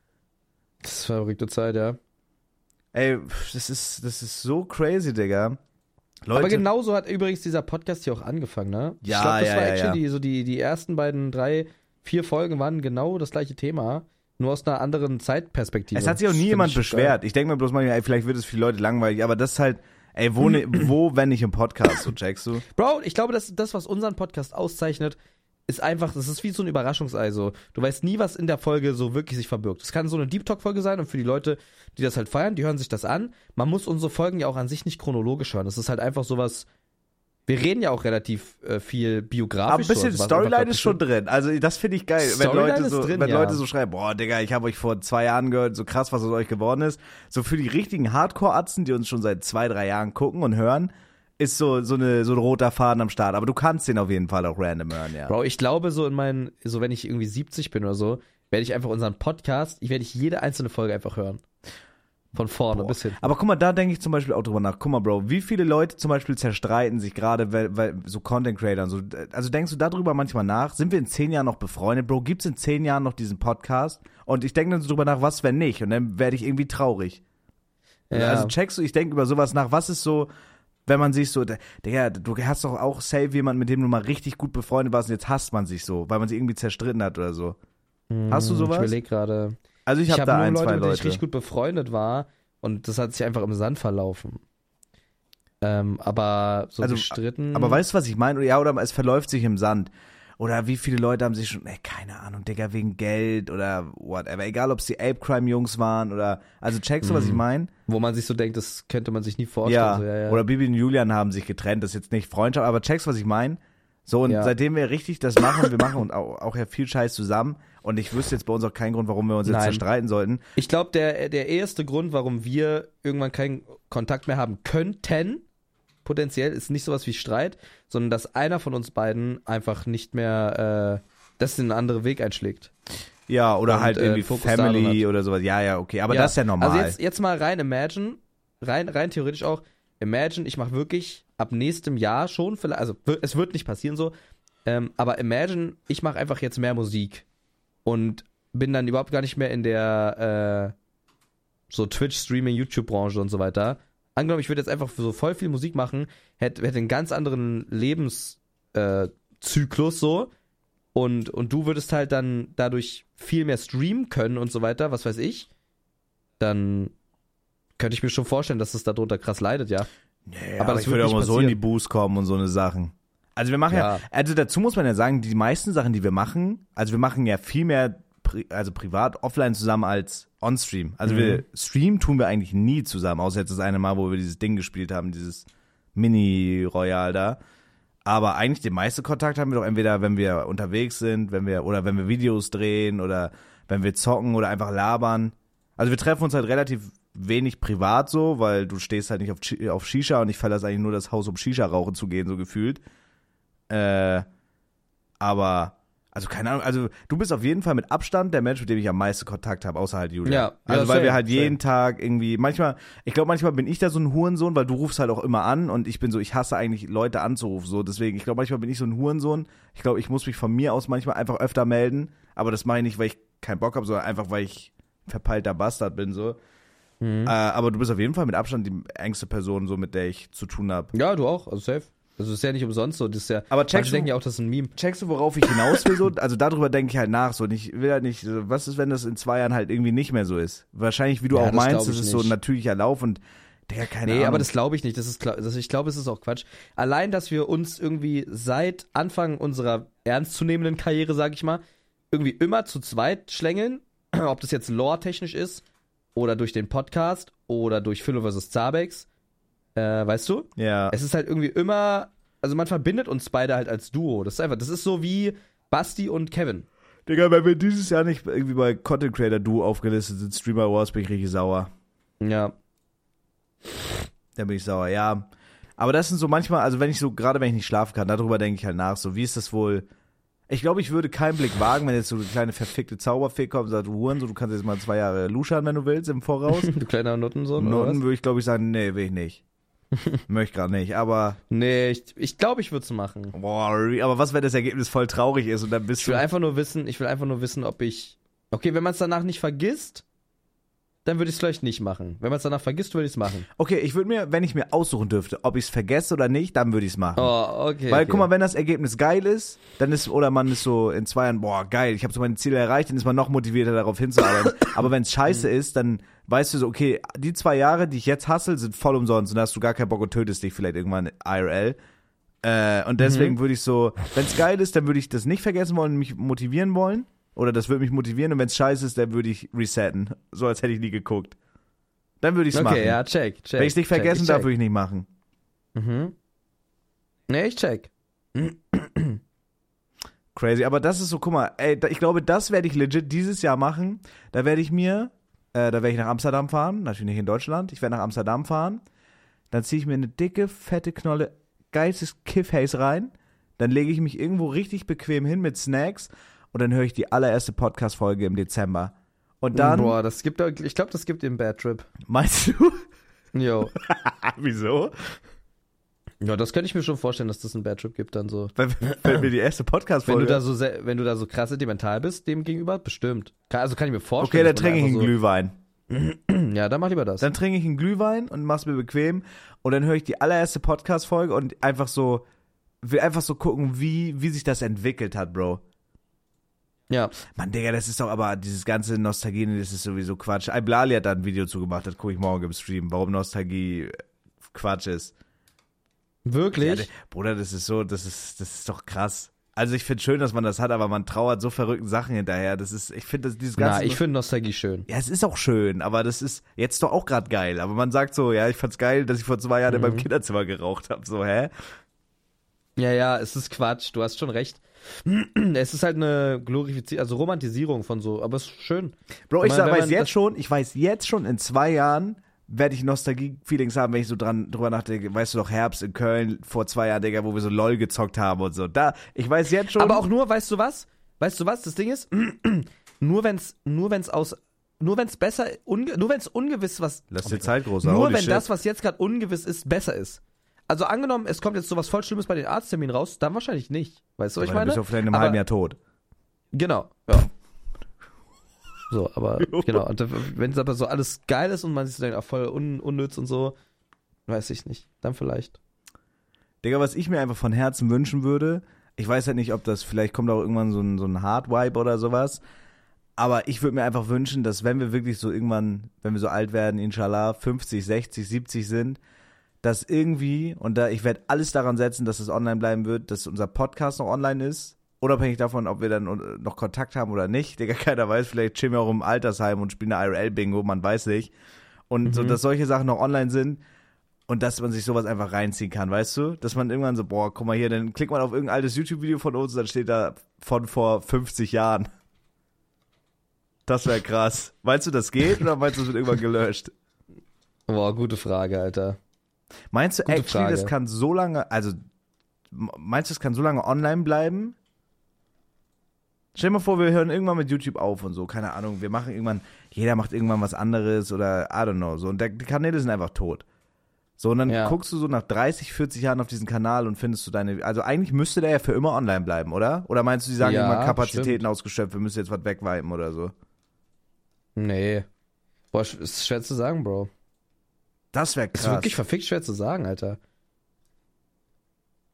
Das ist eine verrückte Zeit, ja. Ey, das ist so crazy, Digga. Leute. Aber genauso hat übrigens dieser Podcast hier auch angefangen, ne? Ja, ich glaube, das war actually ja. die ersten beiden, 3, 4 Folgen waren genau das gleiche Thema, nur aus einer anderen Zeitperspektive. Es hat sich auch nie jemand beschwert. Ich denke mir bloß manchmal, vielleicht wird es für die Leute langweilig, aber das ist halt, wo, wenn nicht im Podcast, so checkst du? Bro, ich glaube, das, was unseren Podcast auszeichnet, ist einfach, das ist wie so ein Überraschungsei, so. Du weißt nie, was in der Folge so wirklich sich verbirgt. Es kann so eine Deep Talk-Folge sein und für die Leute, die das halt feiern, die hören sich das an. Man muss unsere Folgen ja auch an sich nicht chronologisch hören. Das ist halt einfach sowas, wir reden ja auch relativ viel biografisch. Aber ein bisschen Storyline ist schon drin. Also das finde ich geil, wenn Leute so schreiben, boah, Digga, ich habe euch vor 2 Jahren gehört, so krass, was aus euch geworden ist. So für die richtigen Hardcore-Atzen, die uns schon seit 2, 3 Jahren gucken und hören, ist so ein roter Faden am Start. Aber du kannst den auf jeden Fall auch random hören, ja. Bro, ich glaube so wenn ich irgendwie 70 bin oder so, werde ich einfach unseren Podcast, jede einzelne Folge einfach hören. Von vorne bis hin. Aber guck mal, da denke ich zum Beispiel auch drüber nach. Guck mal, Bro, wie viele Leute zum Beispiel zerstreiten sich gerade, weil so Content Creator und so. Also denkst du darüber manchmal nach? Sind wir in 10 Jahren noch befreundet, Bro? Gibt's in 10 Jahren noch diesen Podcast? Und ich denke dann so drüber nach, was, wenn nicht? Und dann werde ich irgendwie traurig. Ja. Also checkst du, ich denke über sowas nach, was ist so, wenn man sich so, Digga, du hast doch auch safe jemanden, mit dem du mal richtig gut befreundet warst und jetzt hasst man sich so, weil man sich irgendwie zerstritten hat oder so. Hast du sowas? Ich überlege gerade. Also ich habe da nur 1, 2 Leute, mit denen Leute. ich richtig gut befreundet war und das hat sich einfach im Sand verlaufen. Aber so gestritten. Aber weißt du, was ich meine? Ja, oder es verläuft sich im Sand. Oder wie viele Leute haben sich schon, keine Ahnung, Digga, wegen Geld oder whatever. Egal, ob es die Ape-Crime-Jungs waren oder, also checkst du, was ich meine? Wo man sich so denkt, das könnte man sich nie vorstellen. Ja, so, ja. Oder Bibi und Julian haben sich getrennt, das ist jetzt nicht Freundschaft, aber checkst, was ich meine? So, und seitdem wir richtig das machen, wir machen und auch ja viel Scheiß zusammen und ich wüsste jetzt bei uns auch keinen Grund, warum wir uns jetzt zerstreiten sollten. Ich glaube, der erste Grund, warum wir irgendwann keinen Kontakt mehr haben könnten, potenziell, ist nicht sowas wie Streit, sondern dass einer von uns beiden einfach nicht mehr einen anderen Weg einschlägt. Ja, oder und, halt irgendwie Family oder sowas. Ja, okay, aber das ist ja normal. Also jetzt mal rein imagine, rein theoretisch auch, imagine, ich mache wirklich ab nächstem Jahr schon, vielleicht, also es wird nicht passieren so, aber imagine, ich mache einfach jetzt mehr Musik und bin dann überhaupt gar nicht mehr in der so Twitch-Streaming, YouTube-Branche und so weiter. Angenommen, ich würde jetzt einfach so voll viel Musik machen, hätte einen ganz anderen Lebenszyklus so und du würdest halt dann dadurch viel mehr streamen können und so weiter, was weiß ich, dann könnte ich mir schon vorstellen, dass es darunter krass leidet, ja. Ja, aber das würde auch mal so in die Boost kommen und so eine Sachen. Also wir machen also dazu muss man ja sagen, die meisten Sachen, die wir machen, also wir machen ja viel mehr privat, offline zusammen als on-stream. Also wir streamen tun wir eigentlich nie zusammen, außer jetzt das eine Mal, wo wir dieses Ding gespielt haben, dieses Mini-Royal da. Aber eigentlich den meisten Kontakt haben wir doch entweder, wenn wir unterwegs sind, wenn wir Videos drehen oder wenn wir zocken oder einfach labern. Also wir treffen uns halt relativ wenig privat so, weil du stehst halt nicht auf Shisha und ich verlasse eigentlich nur das Haus, um Shisha rauchen zu gehen, so gefühlt. Aber, also keine Ahnung, also du bist auf jeden Fall mit Abstand der Mensch, mit dem ich am meisten Kontakt habe, außer halt Julia. Ja, also weil wir halt jeden Tag irgendwie, manchmal bin ich da so ein Hurensohn, weil du rufst halt auch immer an und ich bin so, ich hasse eigentlich Leute anzurufen, so, deswegen, ich glaube, manchmal bin ich so ein Hurensohn. Ich glaube, ich muss mich von mir aus manchmal einfach öfter melden, aber das mache ich nicht, weil ich keinen Bock habe, sondern einfach, weil ich verpeilter Bastard bin, so. Aber du bist auf jeden Fall mit Abstand die engste Person, so mit der ich zu tun habe. Ja, du auch, also safe. Also ist ja nicht umsonst so. Das ist ja, Aber manche denken ja auch, das ist ein Meme. Checkst du, worauf ich hinaus will? So? Also darüber denke ich halt nach. So. Und ich will halt nicht, so, was ist, wenn das in 2 Jahren halt irgendwie nicht mehr so ist? Wahrscheinlich, wie du Ja, auch das meinst, glaub das ich ist so ein nicht. natürlicher Lauf und der keine Ahnung. Nee, aber das glaube ich nicht. Das ist klar. Also ich glaube, es ist auch Quatsch. Allein, dass wir uns irgendwie seit Anfang unserer ernstzunehmenden Karriere, sag ich mal, irgendwie immer zu zweit schlängeln, ob das jetzt lore-technisch ist oder durch den Podcast oder durch Philo vs. Zabex, weißt du? Ja. Es ist halt irgendwie immer, also man verbindet uns beide halt als Duo. Das ist so wie Basti und Kevin. Digga, wenn wir dieses Jahr nicht irgendwie bei Content Creator Duo aufgelistet sind, Streamer Awards, bin ich richtig sauer. Ja. Dann bin ich sauer, ja. Aber das sind so manchmal, also gerade wenn ich nicht schlafen kann, darüber denke ich halt nach, so wie ist das wohl. Ich glaube, ich würde keinen Blick wagen, wenn jetzt so eine kleine verfickte Zauberfee kommt und sagt, Huren, so, du kannst jetzt mal 2 Jahre luschern, wenn du willst, im Voraus. Du kleiner Nuttensohn, oder Noten was? würde ich, glaube ich, sagen, nee, will ich nicht. Möchte gerade nicht, aber Nee, ich glaube, ich würde es machen. boah, aber was, wenn das Ergebnis voll traurig ist und dann bist Ich will du. einfach nur wissen, ob ich. Okay, wenn man es danach nicht vergisst, dann würde ich es vielleicht nicht machen. Wenn man es danach vergisst, würde ich es machen. Okay, ich würde mir, wenn ich mir aussuchen dürfte, ob ich es vergesse oder nicht, dann würde ich es machen. Oh, okay. Weil, okay. guck mal, wenn das Ergebnis geil ist, dann ist, oder man ist so in 2 Jahren, boah, geil, ich habe so meine Ziele erreicht, dann ist man noch motivierter darauf hinzuarbeiten. Aber wenn es scheiße ist, dann weißt du so, okay, die 2 Jahre, die ich jetzt hustle, sind voll umsonst und da hast du gar keinen Bock und tötest dich vielleicht irgendwann IRL. Und deswegen würde ich so, wenn es geil ist, dann würde ich das nicht vergessen wollen und mich motivieren wollen. Oder das würde mich motivieren und wenn es scheiße ist, dann würde ich resetten. So als hätte ich nie geguckt. Dann würde ich es machen. Okay, ja, check. Wenn ich es nicht vergessen darf, würde ich nicht machen. Mhm. Nee, ich check. Crazy, aber das ist so, guck mal, ey, ich glaube, das werde ich legit dieses Jahr machen. Da werde ich nach Amsterdam fahren, natürlich nicht in Deutschland. Ich werde nach Amsterdam fahren. Dann ziehe ich mir eine dicke, fette Knolle, geiles Kiffhaze rein. Dann lege ich mich irgendwo richtig bequem hin mit Snacks und dann höre ich die allererste Podcast-Folge im Dezember. Und dann. Boah, ich glaube, das gibt den Bad Trip. Meinst du? Jo. Wieso? Ja, das könnte ich mir schon vorstellen, dass das einen Bad Trip gibt dann so. Wenn wir die erste Podcast-Folge. Wenn du da so krass sentimental bist dem gegenüber, bestimmt. Also kann ich mir Okay, vorstellen. dann trinke ich einen Glühwein. Ja, dann mach lieber das. Dann trinke ich einen Glühwein und mach's mir bequem. Und dann höre ich die allererste Podcast-Folge und will einfach so gucken, wie sich das entwickelt hat, Bro. Ja. Mann, Digga, das ist doch aber, dieses ganze Nostalgie, das ist sowieso Quatsch. Iblali hat da ein Video zugemacht, das gucke ich morgen im Stream, warum Nostalgie Quatsch ist. Wirklich? Ja, Bruder, das ist doch krass. Also ich finde schön, dass man das hat, aber man trauert so verrückten Sachen hinterher. Ich finde dieses ganze. Ich finde Nostalgie schön. Ja, es ist auch schön, aber das ist jetzt doch auch gerade geil. Aber man sagt so, ja, ich fand's geil, dass ich vor 2 Jahren in meinem Kinderzimmer geraucht habe. So, hä? Ja, es ist Quatsch, du hast schon recht. Es ist halt eine Glorifizierung, also Romantisierung von so, aber es ist schön. Bro, ich weiß jetzt schon, in 2 Jahren werde ich Nostalgie-Feelings haben, wenn ich so drüber nachdenke, weißt du doch, Herbst in Köln vor 2 Jahren, Digga, wo wir so LOL gezockt haben und so. Ich weiß jetzt schon. Aber auch nur, weißt du was? Das Ding ist, nur wenn's ungewiss was. Lass dir Zeit groß. Nur wenn das, was jetzt gerade ungewiss ist, besser ist. Also angenommen, es kommt jetzt sowas voll Schlimmes bei den Arztterminen raus, dann wahrscheinlich nicht. Weißt du, was ich meine? Dann bist du vielleicht in einem halben Jahr tot. Genau, ja. So, aber genau. Und wenn es aber so alles geil ist und man sich so denkt, voll unnütz und so, weiß ich nicht. Dann vielleicht. Digga, was ich mir einfach von Herzen wünschen würde, ich weiß halt nicht, ob das, vielleicht kommt auch irgendwann so ein Hard-Vibe oder sowas, aber ich würde mir einfach wünschen, dass wenn wir wirklich so irgendwann, wenn wir so alt werden, inshallah, 50, 60, 70 sind, dass irgendwie, ich werde alles daran setzen, dass es online bleiben wird, dass unser Podcast noch online ist, unabhängig davon, ob wir dann noch Kontakt haben oder nicht. Digga, keiner weiß, vielleicht chillen wir auch im Altersheim und spielen eine IRL-Bingo, man weiß nicht. Und so, dass solche Sachen noch online sind und dass man sich sowas einfach reinziehen kann, weißt du? Dass man irgendwann so, boah, guck mal hier, dann klickt man auf irgendein altes YouTube-Video von uns und dann steht da von vor 50 Jahren. Das wäre krass. Meinst du, das geht oder meinst du, das wird irgendwann gelöscht? Boah, gute Frage, Alter. Meinst du Gute actually, Frage. das kann so lange, online bleiben? Stell dir mal vor, wir hören irgendwann mit YouTube auf und so, keine Ahnung, jeder macht irgendwann was anderes oder I don't know, so, und die Kanäle sind einfach tot. So, und dann guckst du so nach 30, 40 Jahren auf diesen Kanal und findest du also eigentlich müsste der ja für immer online bleiben, oder? Oder meinst du, die sagen immer Kapazitäten ausgeschöpft, wir müssen jetzt was wegwipen oder so? Nee. Boah, ist schwer zu sagen, Bro. Das wäre krass. Ist wirklich verfickt schwer zu sagen, Alter.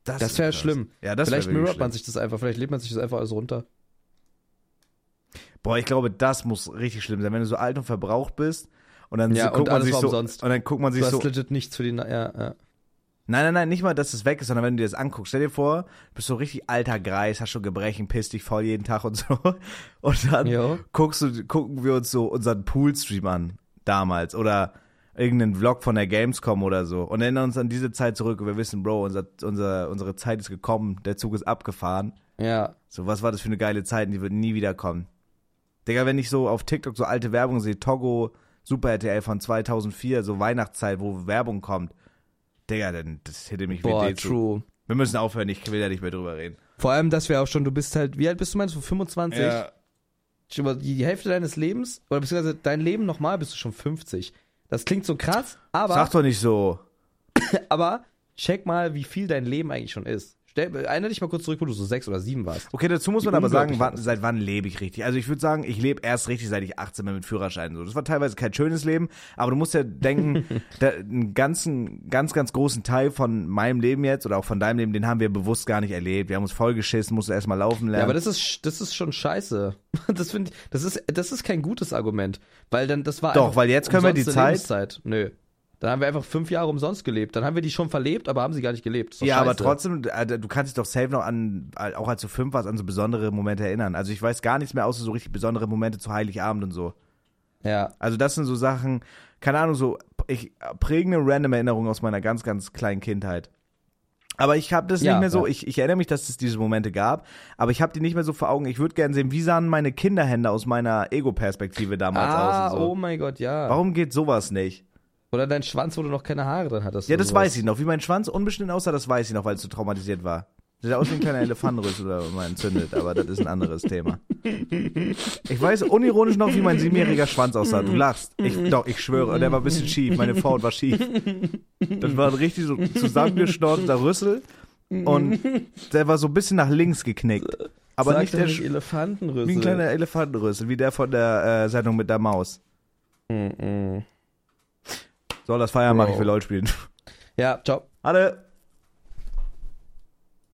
Das wäre schlimm. Ja, das Vielleicht wär wirklich mirrort man schlimm. sich das einfach, vielleicht lebt man sich das einfach alles runter. Boah, ich glaube, das muss richtig schlimm sein, wenn du so alt und verbraucht bist und dann Ja, guckt und man alles sich war so umsonst. und dann guckt man sich Du so hast legit nichts für die, ja. Nein, nicht mal, dass es weg ist, sondern wenn du dir das anguckst. Stell dir vor, du bist so richtig alter Greis, hast schon Gebrechen, pisst dich voll jeden Tag und so. Und dann Jo. gucken wir uns so unseren Poolstream an, damals. Oder irgendeinen Vlog von der Gamescom oder so. Und erinnern uns an diese Zeit zurück und wir wissen, Bro, unsere Zeit ist gekommen, der Zug ist abgefahren. Ja. So, was war das für eine geile Zeit, und die wird nie wiederkommen. Digga, wenn ich so auf TikTok so alte Werbung sehe, Togo, Super RTL von 2004, so Weihnachtszeit, wo Werbung kommt, Digga, dann das hätte mich Boah, WD zu. true. Wir müssen aufhören, ich will ja nicht mehr drüber reden. Vor allem, dass wir auch schon, du bist halt, wie alt bist du, meinst du, 25? Ja. Schon mal die Hälfte deines Lebens, oder beziehungsweise dein Leben nochmal, bist du schon 50. Das klingt so krass, Sag aber doch nicht so. check mal, wie viel dein Leben eigentlich schon ist. Erinnere dich mal kurz zurück, wo du so 6 oder 7 warst. Okay, dazu muss Wie man aber sagen, unglaublich seit wann lebe ich richtig? Also ich würde sagen, ich lebe erst richtig, seit ich 18 bin mit Führerschein. So, das war teilweise kein schönes Leben, aber du musst ja denken, einen ganz großen Teil von meinem Leben jetzt oder auch von deinem Leben, den haben wir bewusst gar nicht erlebt. Wir haben uns voll geschissen, mussten erst mal laufen lernen. Ja, aber das ist schon scheiße. Das ist kein gutes Argument, weil dann das war Doch, einfach weil jetzt können wir die umsonste Lebenszeit. Nö. Dann haben wir einfach 5 Jahre umsonst gelebt. Dann haben wir die schon verlebt, aber haben sie gar nicht gelebt. Das ist doch Ja, scheiße. aber trotzdem, du kannst dich doch safe noch auch als du 5 warst, an so besondere Momente erinnern. Also ich weiß gar nichts mehr, außer so richtig besondere Momente zu Heiligabend und so. Ja. Also das sind so Sachen, keine Ahnung, so prägende random Erinnerungen aus meiner ganz kleinen Kindheit. Aber ich habe das nicht mehr so, ich erinnere mich, dass es diese Momente gab, aber ich habe die nicht mehr so vor Augen. Ich würde gerne sehen, wie sahen meine Kinderhände aus meiner Ego-Perspektive damals aus und so. Oh mein Gott, ja. Warum geht sowas nicht? Oder dein Schwanz, wo du noch keine Haare drin hattest. Ja, oder das sowas. weiß ich noch. Wie mein Schwanz unbeschnitten aussah, das weiß ich noch, weil es so traumatisiert war. Das sah aus wie ein kleiner Elefantenrüssel oder mal entzündet, aber das ist ein anderes Thema. Ich weiß unironisch noch, wie mein 7-jähriger Schwanz aussah. Du lachst. Ich schwöre, der war ein bisschen schief. Meine Faust war schief. Das war ein richtig so zusammengeschnorrter Rüssel und der war so ein bisschen nach links geknickt. Aber Sag nicht doch der nicht Elefantenrüssel. wie ein kleiner Elefantenrüssel, wie der von der Sendung mit der Maus. So, das Feiern mache ich für LOL spielen. Ja, ciao. Alle.